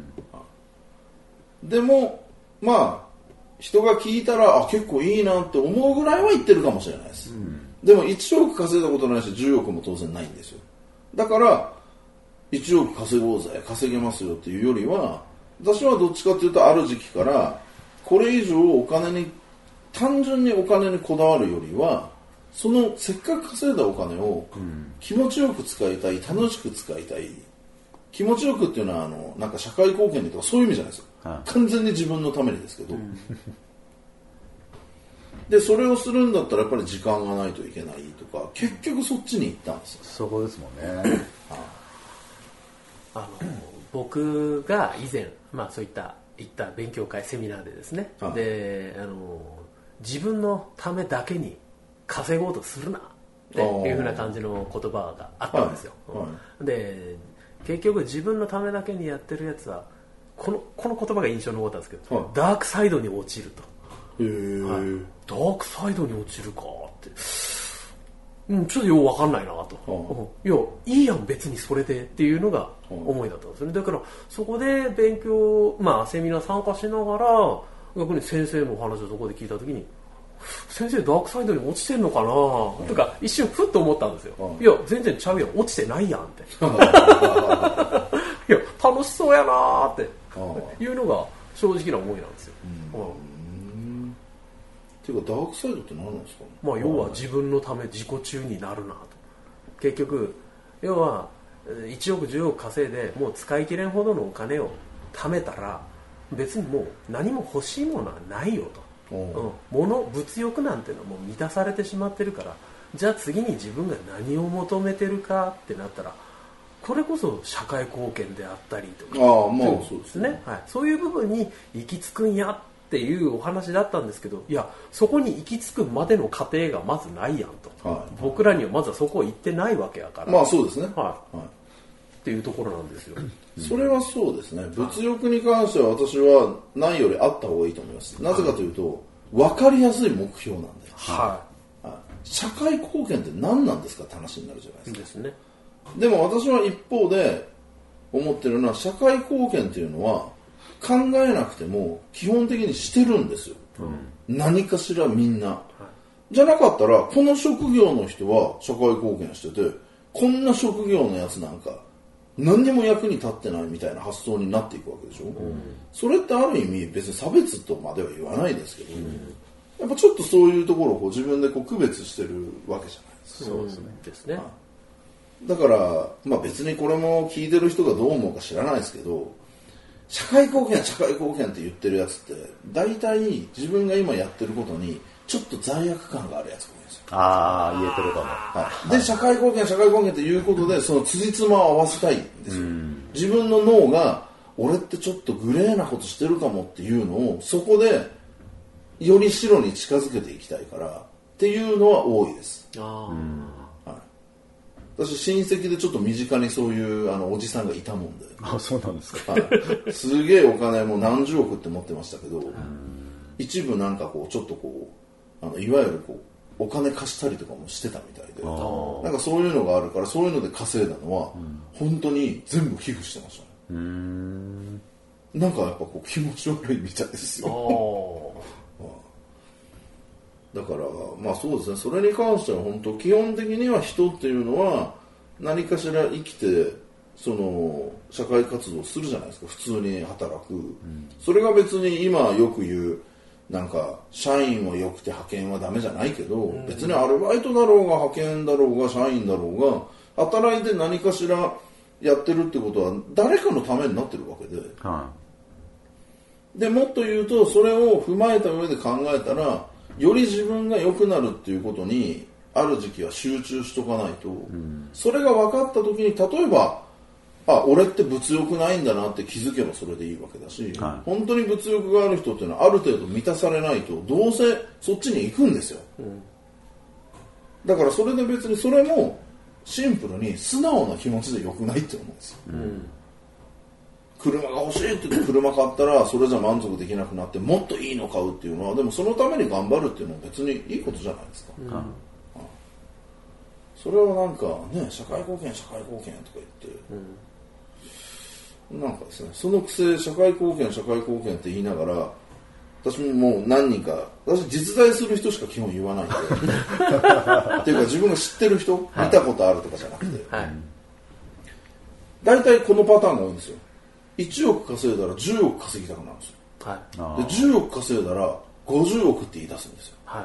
でもまあ人が聞いたらあ結構いいなって思うぐらいは言ってるかもしれないです、うん、でもいちおく稼いだことないしじゅうおくも当然ないんですよ。だからいちおく稼ごうぜ稼げますよっていうよりは、私はどっちかというとある時期からこれ以上お金に単純にお金にこだわるよりはそのせっかく稼いだお金を気持ちよく使いたい、楽しく使いたい。気持ちよくっていうのはあのなんか社会貢献とかそういう意味じゃないですよ、はあ、完全に自分のためにですけど、うん、でそれをするんだったらやっぱり時間がないといけないとか結局そっちに行ったんですよ。 そこですもんね、はあ、あの僕が以前、まあ、そういった行った勉強会セミナーでですね、はあ、であの自分のためだけに稼ごうとするなっていうふうな感じの言葉があったんですよ、はいはい、で結局自分のためだけにやってるやつはこの、この言葉が印象に残ったんですけど、はい、ダークサイドに落ちると。へー、はい、ダークサイドに落ちるかって、うん、ちょっとよう分かんないなと、はあ、いやいいやん別にそれでっていうのが思いだったんですよね。だからそこで勉強、まあ、セミナー参加しながら逆に先生のお話をそこで聞いた時に先生ダークサイドに落ちてんのかな、うん、とか一瞬ふっと思ったんですよ、うん、いや全然ちゃうやん落ちてないやんっていや楽しそうやなーっていうのが正直な思いなんですよ、うんうん、 っていうかダークサイドって何なんですかね。 まあ、要は自分のため自己中になるなと。結局要はいちおくじゅうおく稼いでもう使い切れんほどのお金を貯めたら別にもう何も欲しいものはないよと、うん、物物欲なんてのはもう満たされてしまってるから、じゃあ次に自分が何を求めてるかってなったらこれこそ社会貢献であったりとか、 ああ、まあそうですね、 はい、そういう部分に行き着くんやっていうお話だったんですけど、いやそこに行き着くまでの過程がまずないやんと、はい、僕らにはまずはそこを行ってないわけやから、 まあそうですね、 はいはい、っていうところなんですよ。 それはそうですね。物欲に関しては私はないよりあった方がいいと思います。なぜかというと分かりやすい目標なんで、はい、はい、社会貢献って何なんですかって話になるじゃないですか。ですね。でも私は一方で思ってるのは社会貢献っていうのは考えなくても基本的にしてるんですよ、うん、何かしらみんな、はい、じゃなかったらこの職業の人は社会貢献しててこんな職業のやつなんか何にも役に立ってないみたいな発想になっていくわけでしょ、うん、それってある意味別に差別とまでは言わないですけど、うん、やっぱちょっとそういうところをこう自分でこう区別してるわけじゃないですか。 そうですね、ですね、はい、 だから、まあ、別にこれも聞いてる人がどう思うか知らないですけど社会貢献社会貢献って言ってるやつって大体自分が今やってることにちょっと罪悪感があるやつが多いんですよ。 ああ、言えてるかも、 はい、で、はい、社会貢献社会貢献っていうことでその辻褄を合わせたいんですよ。自分の脳が俺ってちょっとグレーなことしてるかもっていうのをそこでより白に近づけていきたいからっていうのは多いです。あ、うん、はい、私親戚でちょっと身近にそういうあのおじさんがいたもんで。 あ、そうなんですか、 はい、すげえお金も何十億って持ってましたけど一部なんかこうちょっとこうあのいわゆるこうお金貸したりとかもしてたみたいで、なんかそういうのがあるからそういうので稼いだのは、うん、本当に全部寄付してましたね。うーん、なんかやっぱこう気持ち悪いみたいですよだからまあそうですね、それに関しては本当基本的には人っていうのは何かしら生きてその社会活動するじゃないですか、普通に働く、うん、それが別に今よく言うなんか社員は良くて派遣はダメじゃないけど、うん、別にアルバイトだろうが派遣だろうが社員だろうが働いて何かしらやってるってことは誰かのためになってるわけで、はあ、でもっと言うとそれを踏まえた上で考えたらより自分が良くなるっていうことにある時期は集中しとかないと、うん、それが分かった時に例えばあ、俺って物欲ないんだなって気づけばそれでいいわけだし、はい、本当に物欲がある人っていうのはある程度満たされないとどうせそっちに行くんですよ、うん、だからそれで別にそれもシンプルに素直な気持ちで良くないって思うんですよ、うん、車が欲しいって言って車買ったらそれじゃ満足できなくなってもっといいの買うっていうのはでもそのために頑張るっていうのは別にいいことじゃないですか、うん、それはなんかね社会貢献社会貢献とか言って、うん、なんかですねそのくせ社会貢献社会貢献って言いながら私ももう何人か私実在する人しか基本言わないんでっていうか自分が知ってる人、はい、見たことあるとかじゃなくて、はい、大体このパターンが多いんですよ。いちおく稼いだらじゅうおく稼ぎたくなるんですよ、はい、でじゅうおく稼いだらごじゅうおくって言い出すんですよ、 はい、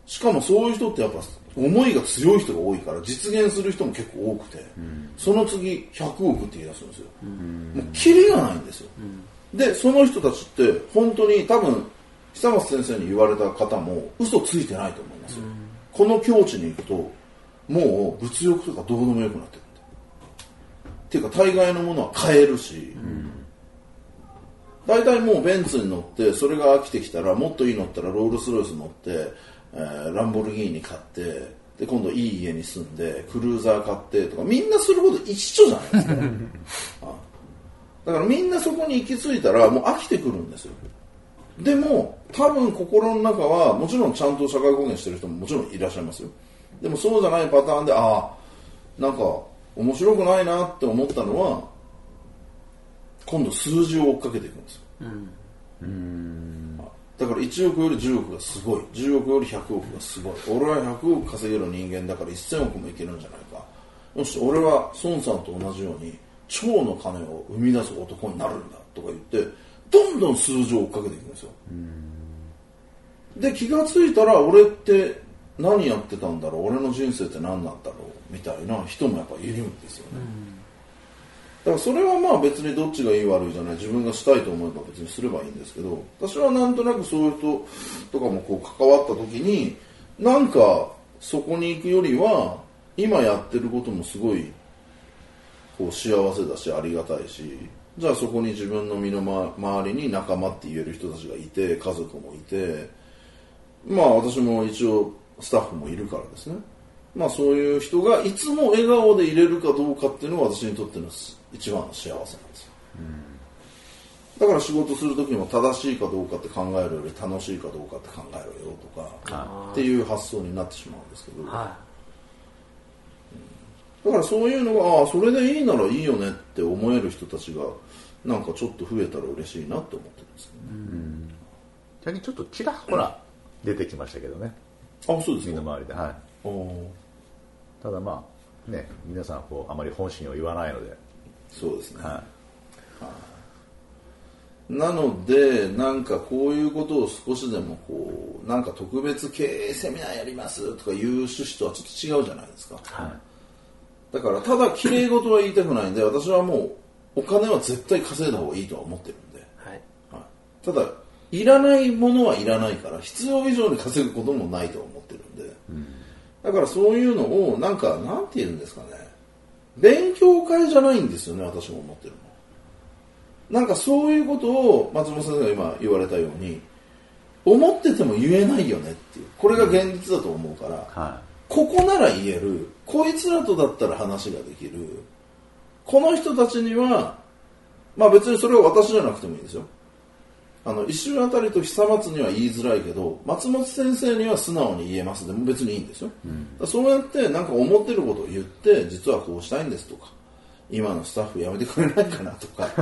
しかもそういう人ってやっぱ思いが強い人が多いから実現する人も結構多くて、うん、その次ひゃくおくって言い出すんですよ、うん、もうキリがないんですよ、うん、でその人たちって本当に多分久松先生に言われた方も嘘ついてないと思いますよ、うん、この境地に行くともう物欲とかどうでもよくなってるっていうか大概のものは買えるし、うん、大体もうベンツに乗ってそれが飽きてきたらもっといい乗ったらロールスロイス乗って、えー、ランボルギーニ買ってで今度いい家に住んでクルーザー買ってとかみんなすること一緒じゃないですかだからみんなそこに行き着いたらもう飽きてくるんですよ。でも多分心の中はもちろんちゃんと社会貢献してる人ももちろんいらっしゃいますよ。でもそうじゃないパターンでああなんか面白くないなって思ったのは今度数字を追っかけていくんですよ、うん、うーんだからいちおくよりじゅうおくがすごいじゅうおくよりひゃくおくがすごい俺はひゃくおく稼げる人間だからせんおくもいけるんじゃないかよし俺は孫さんと同じように超の金を生み出す男になるんだとか言ってどんどん数字を追っかけていくんですよ。うんで気がついたら俺って何やってたんだろう俺の人生って何なんだろうみたいな人もやっぱいるんですよね、うん、だからそれはまあ別にどっちがいい悪いじゃない自分がしたいと思えば別にすればいいんですけど私はなんとなくそういう人とかもこう関わった時になんかそこに行くよりは今やってることもすごいこう幸せだしありがたいしじゃあそこに自分の身の回りに仲間って言える人たちがいて家族もいてまあ私も一応スタッフもいるからですねまあそういう人がいつも笑顔でいれるかどうかっていうのが私にとっての一番の幸せなんですよ、うん、だから仕事する時も正しいかどうかって考えるより楽しいかどうかって考えろよとかっていう発想になってしまうんですけど、はい、だからそういうのがああそれでいいならいいよねって思える人たちがなんかちょっと増えたら嬉しいなって思ってるんですけどね、うん、 逆にちょっとちらほら出てきましたけどねあそうですか身の回りで、はい、おただまあね皆さんこうあまり本心を言わないのでそうですね、はいはあ、なのでなんかこういうことを少しでもこうなんか特別経営セミナーやりますとかいう趣旨とはちょっと違うじゃないですか、はい、だからただ綺麗事は言いたくないんで私はもうお金は絶対稼いだ方がいいとは思ってるんで、はいはい、ただいらないものはいらないから必要以上に稼ぐこともないと思ってるんで、うん、だからそういうのをなんかなんて言うんですかね勉強会じゃないんですよね私も思ってるのなんかそういうことを松本先生が今言われたように思ってても言えないよねっていうこれが現実だと思うから、うんはい、ここなら言えるこいつらとだったら話ができるこの人たちにはまあ別にそれは私じゃなくてもいいですよあの一瞬あたりと久松には言いづらいけど松本先生には素直に言えますでも別にいいんですよ、うん、そうやってなんか思ってることを言って実はこうしたいんですとか今のスタッフやめてくれないかなとか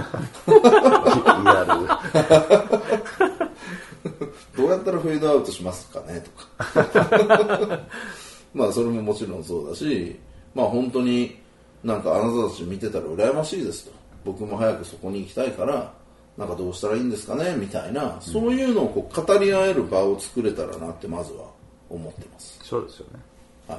どうやったらフェードアウトしますかねとかまあそれももちろんそうだしまあ本当になんかあなたたち見てたら羨ましいですと僕も早くそこに行きたいからなんかどうしたらいいんですかねみたいな、うん、そういうのをこう語り合える場を作れたらなってまずは思ってます。 そうですよね。 はい。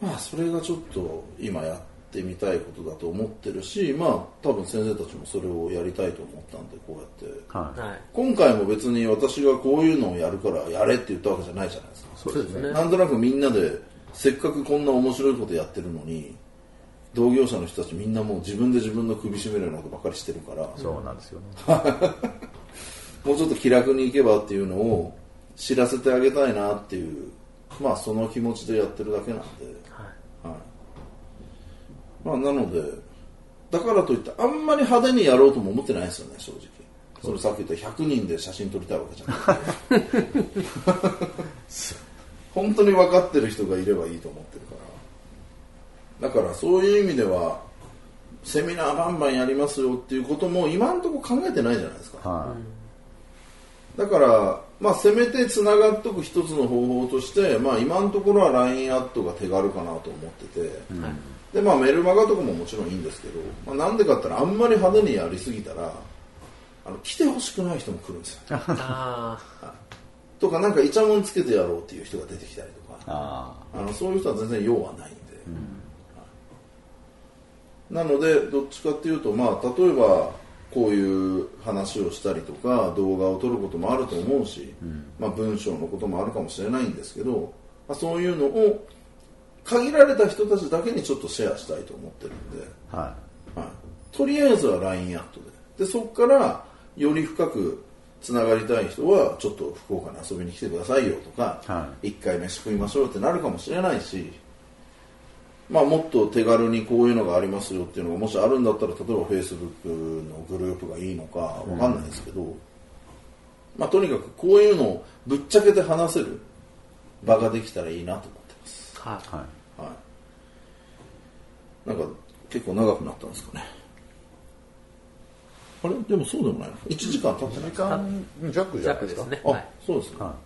まあそれがちょっと今やってみたいことだと思ってるし、まあ多分先生たちもそれをやりたいと思ったんでこうやって、はい、今回も別に私がこういうのをやるからやれって言ったわけじゃないじゃないですか。 そうですね。 なんとなくみんなでせっかくこんな面白いことやってるのに。同業者の人たちみんなもう自分で自分の首絞めるようなことばっかりしてるからそうなんですよねもうちょっと気楽に行けばっていうのを知らせてあげたいなっていうまあその気持ちでやってるだけなんで、はいはい、まあなのでだからといってあんまり派手にやろうとも思ってないですよね正直それさっき言ったひゃくにんで写真撮りたいわけじゃなくて本当に分かってる人がいればいいと思ってるからだからそういう意味ではセミナーバンバンやりますよっていうことも今のところ考えてないじゃないですか、はい、だからまあせめてつながっとく一つの方法として、まあ、今のところは ライン アットが手軽かなと思ってて、うん、でまあメルマガとかももちろんいいんですけど、まあ、なんでかって言ったらあんまり派手にやりすぎたらあの来てほしくない人も来るんですよあとかなんかイチャモンつけてやろうっていう人が出てきたりとかああのそういう人は全然用はないんで、うん、なのでどっちかっていうと、まあ、例えばこういう話をしたりとか動画を撮ることもあると思うし、うんまあ、文章のこともあるかもしれないんですけど、まあ、そういうのを限られた人たちだけにちょっとシェアしたいと思ってるんで、はいはい、とりあえずは ライン アットで、でそこからより深くつながりたい人はちょっと福岡に遊びに来てくださいよとか、はい、一回飯食いましょうってなるかもしれないし、まあ、もっと手軽にこういうのがありますよっていうのがもしあるんだったら、例えば Facebook のグループがいいのかわかんないですけど、うんまあ、とにかくこういうのをぶっちゃけて話せる場ができたらいいなと思ってます。はいはいはい、なんか結構長くなったんですかね。あれでもそうでもないの。いちじかん経ってない。 いちじかん弱じゃないですか。 ですね。 あ、 はい、 そうですね、はい、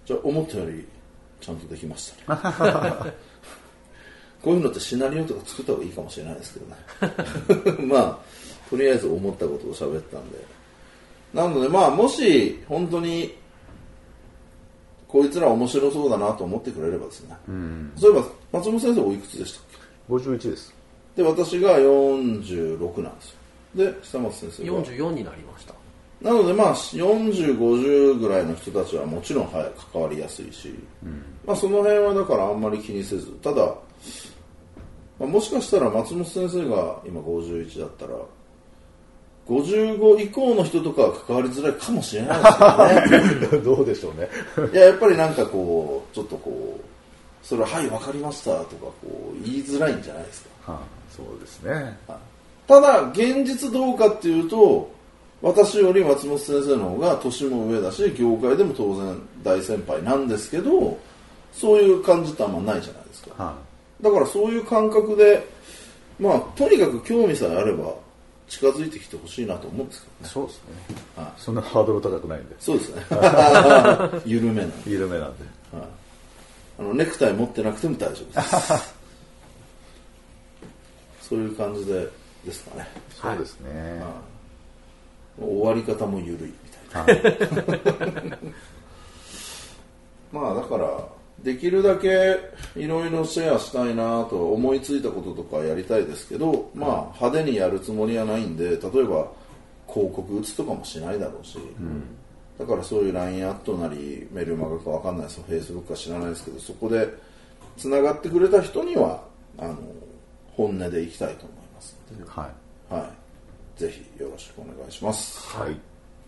じゃあ思ったよりちゃんとできましたねこういうのってシナリオとか作った方がいいかもしれないですけどねまあとりあえず思ったことを喋ったんで、なのでまあもし本当にこいつら面白そうだなと思ってくれればですね、うん、そういえば松本先生おいくつでしたっけ？ ごじゅういちです。 で私がよんじゅうろくなんですよ。で久松先生がよんじゅうよんになりました。 なのでまあよんじゅう、ごじゅうぐらいの人たちはもちろん早く関わりやすいし、うんまあ、その辺はだからあんまり気にせず、ただ、まあ、もしかしたら松本先生が今ごじゅういちだったらごじゅうご以降の人とかは関わりづらいかもしれないですけどねどうでしょうねいややっぱりなんかこうちょっとこうそれははい分かりましたとかこう言いづらいんじゃないですか、はあ、 そうですね、はあ、ただ現実どうかっていうと私より松本先生の方が年も上だし業界でも当然大先輩なんですけど、そういう感じってあんまないじゃないですか、はあ、だからそういう感覚でまあとにかく興味さえあれば近づいてきてほしいなと思うんですけどね。 そうですね、はあ、そんなハードル高くないんで。 そうですね緩めなんで緩めなんで、 はあ、あのネクタイ持ってなくても大丈夫ですそういう感じでですかね。 そうですね、はあ終わり方も緩いみたいな、はい、まあだからできるだけいろいろシェアしたいなと思いついたこととかやりたいですけど、まあ派手にやるつもりはないんで、例えば広告打つとかもしないだろうし、うん、だからそういう ライン アットなりメルマガかわかんないですよ、Facebook か知らないですけど、そこでつながってくれた人にはあの本音でいきたいと思いますので、はい、はいぜひよろしくお願いします。はい。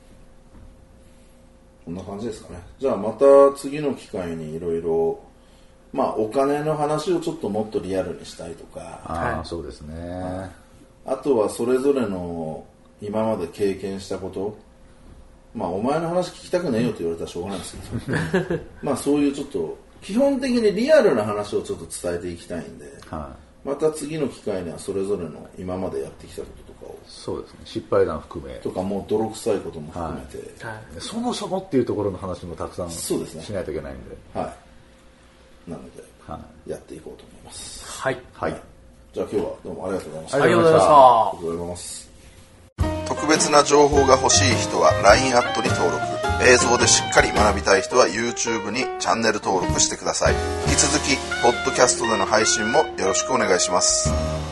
こんな感じですかね。じゃあまた次の機会にいろいろ、まあお金の話をちょっともっとリアルにしたいとか。 ああ、はい、そうですね。 あとはそれぞれの今まで経験したこと。まあお前の話聞きたくねえよって言われたらしょうがないですけど。まあそういうちょっと基本的にリアルな話をちょっと伝えていきたいんで。はい。また次の機会にはそれぞれの今までやってきたこととかをそうですね、失敗談含めとかもう泥臭いことも含めて、 はいはい、そもそもっていうところの話もたくさんそうです、ね、しないといけないんで、 はい、なので、はい、やっていこうと思います。 はい、 はい、じゃあ今日はどうもありがとうございました。 ありがとうございました。ありがとうございます。 特別な情報が欲しい人は ライン アットに登録、映像でしっかり学びたい人は YouTube にチャンネル登録してください。引き続きポッドキャストでの配信もよろしくお願いします。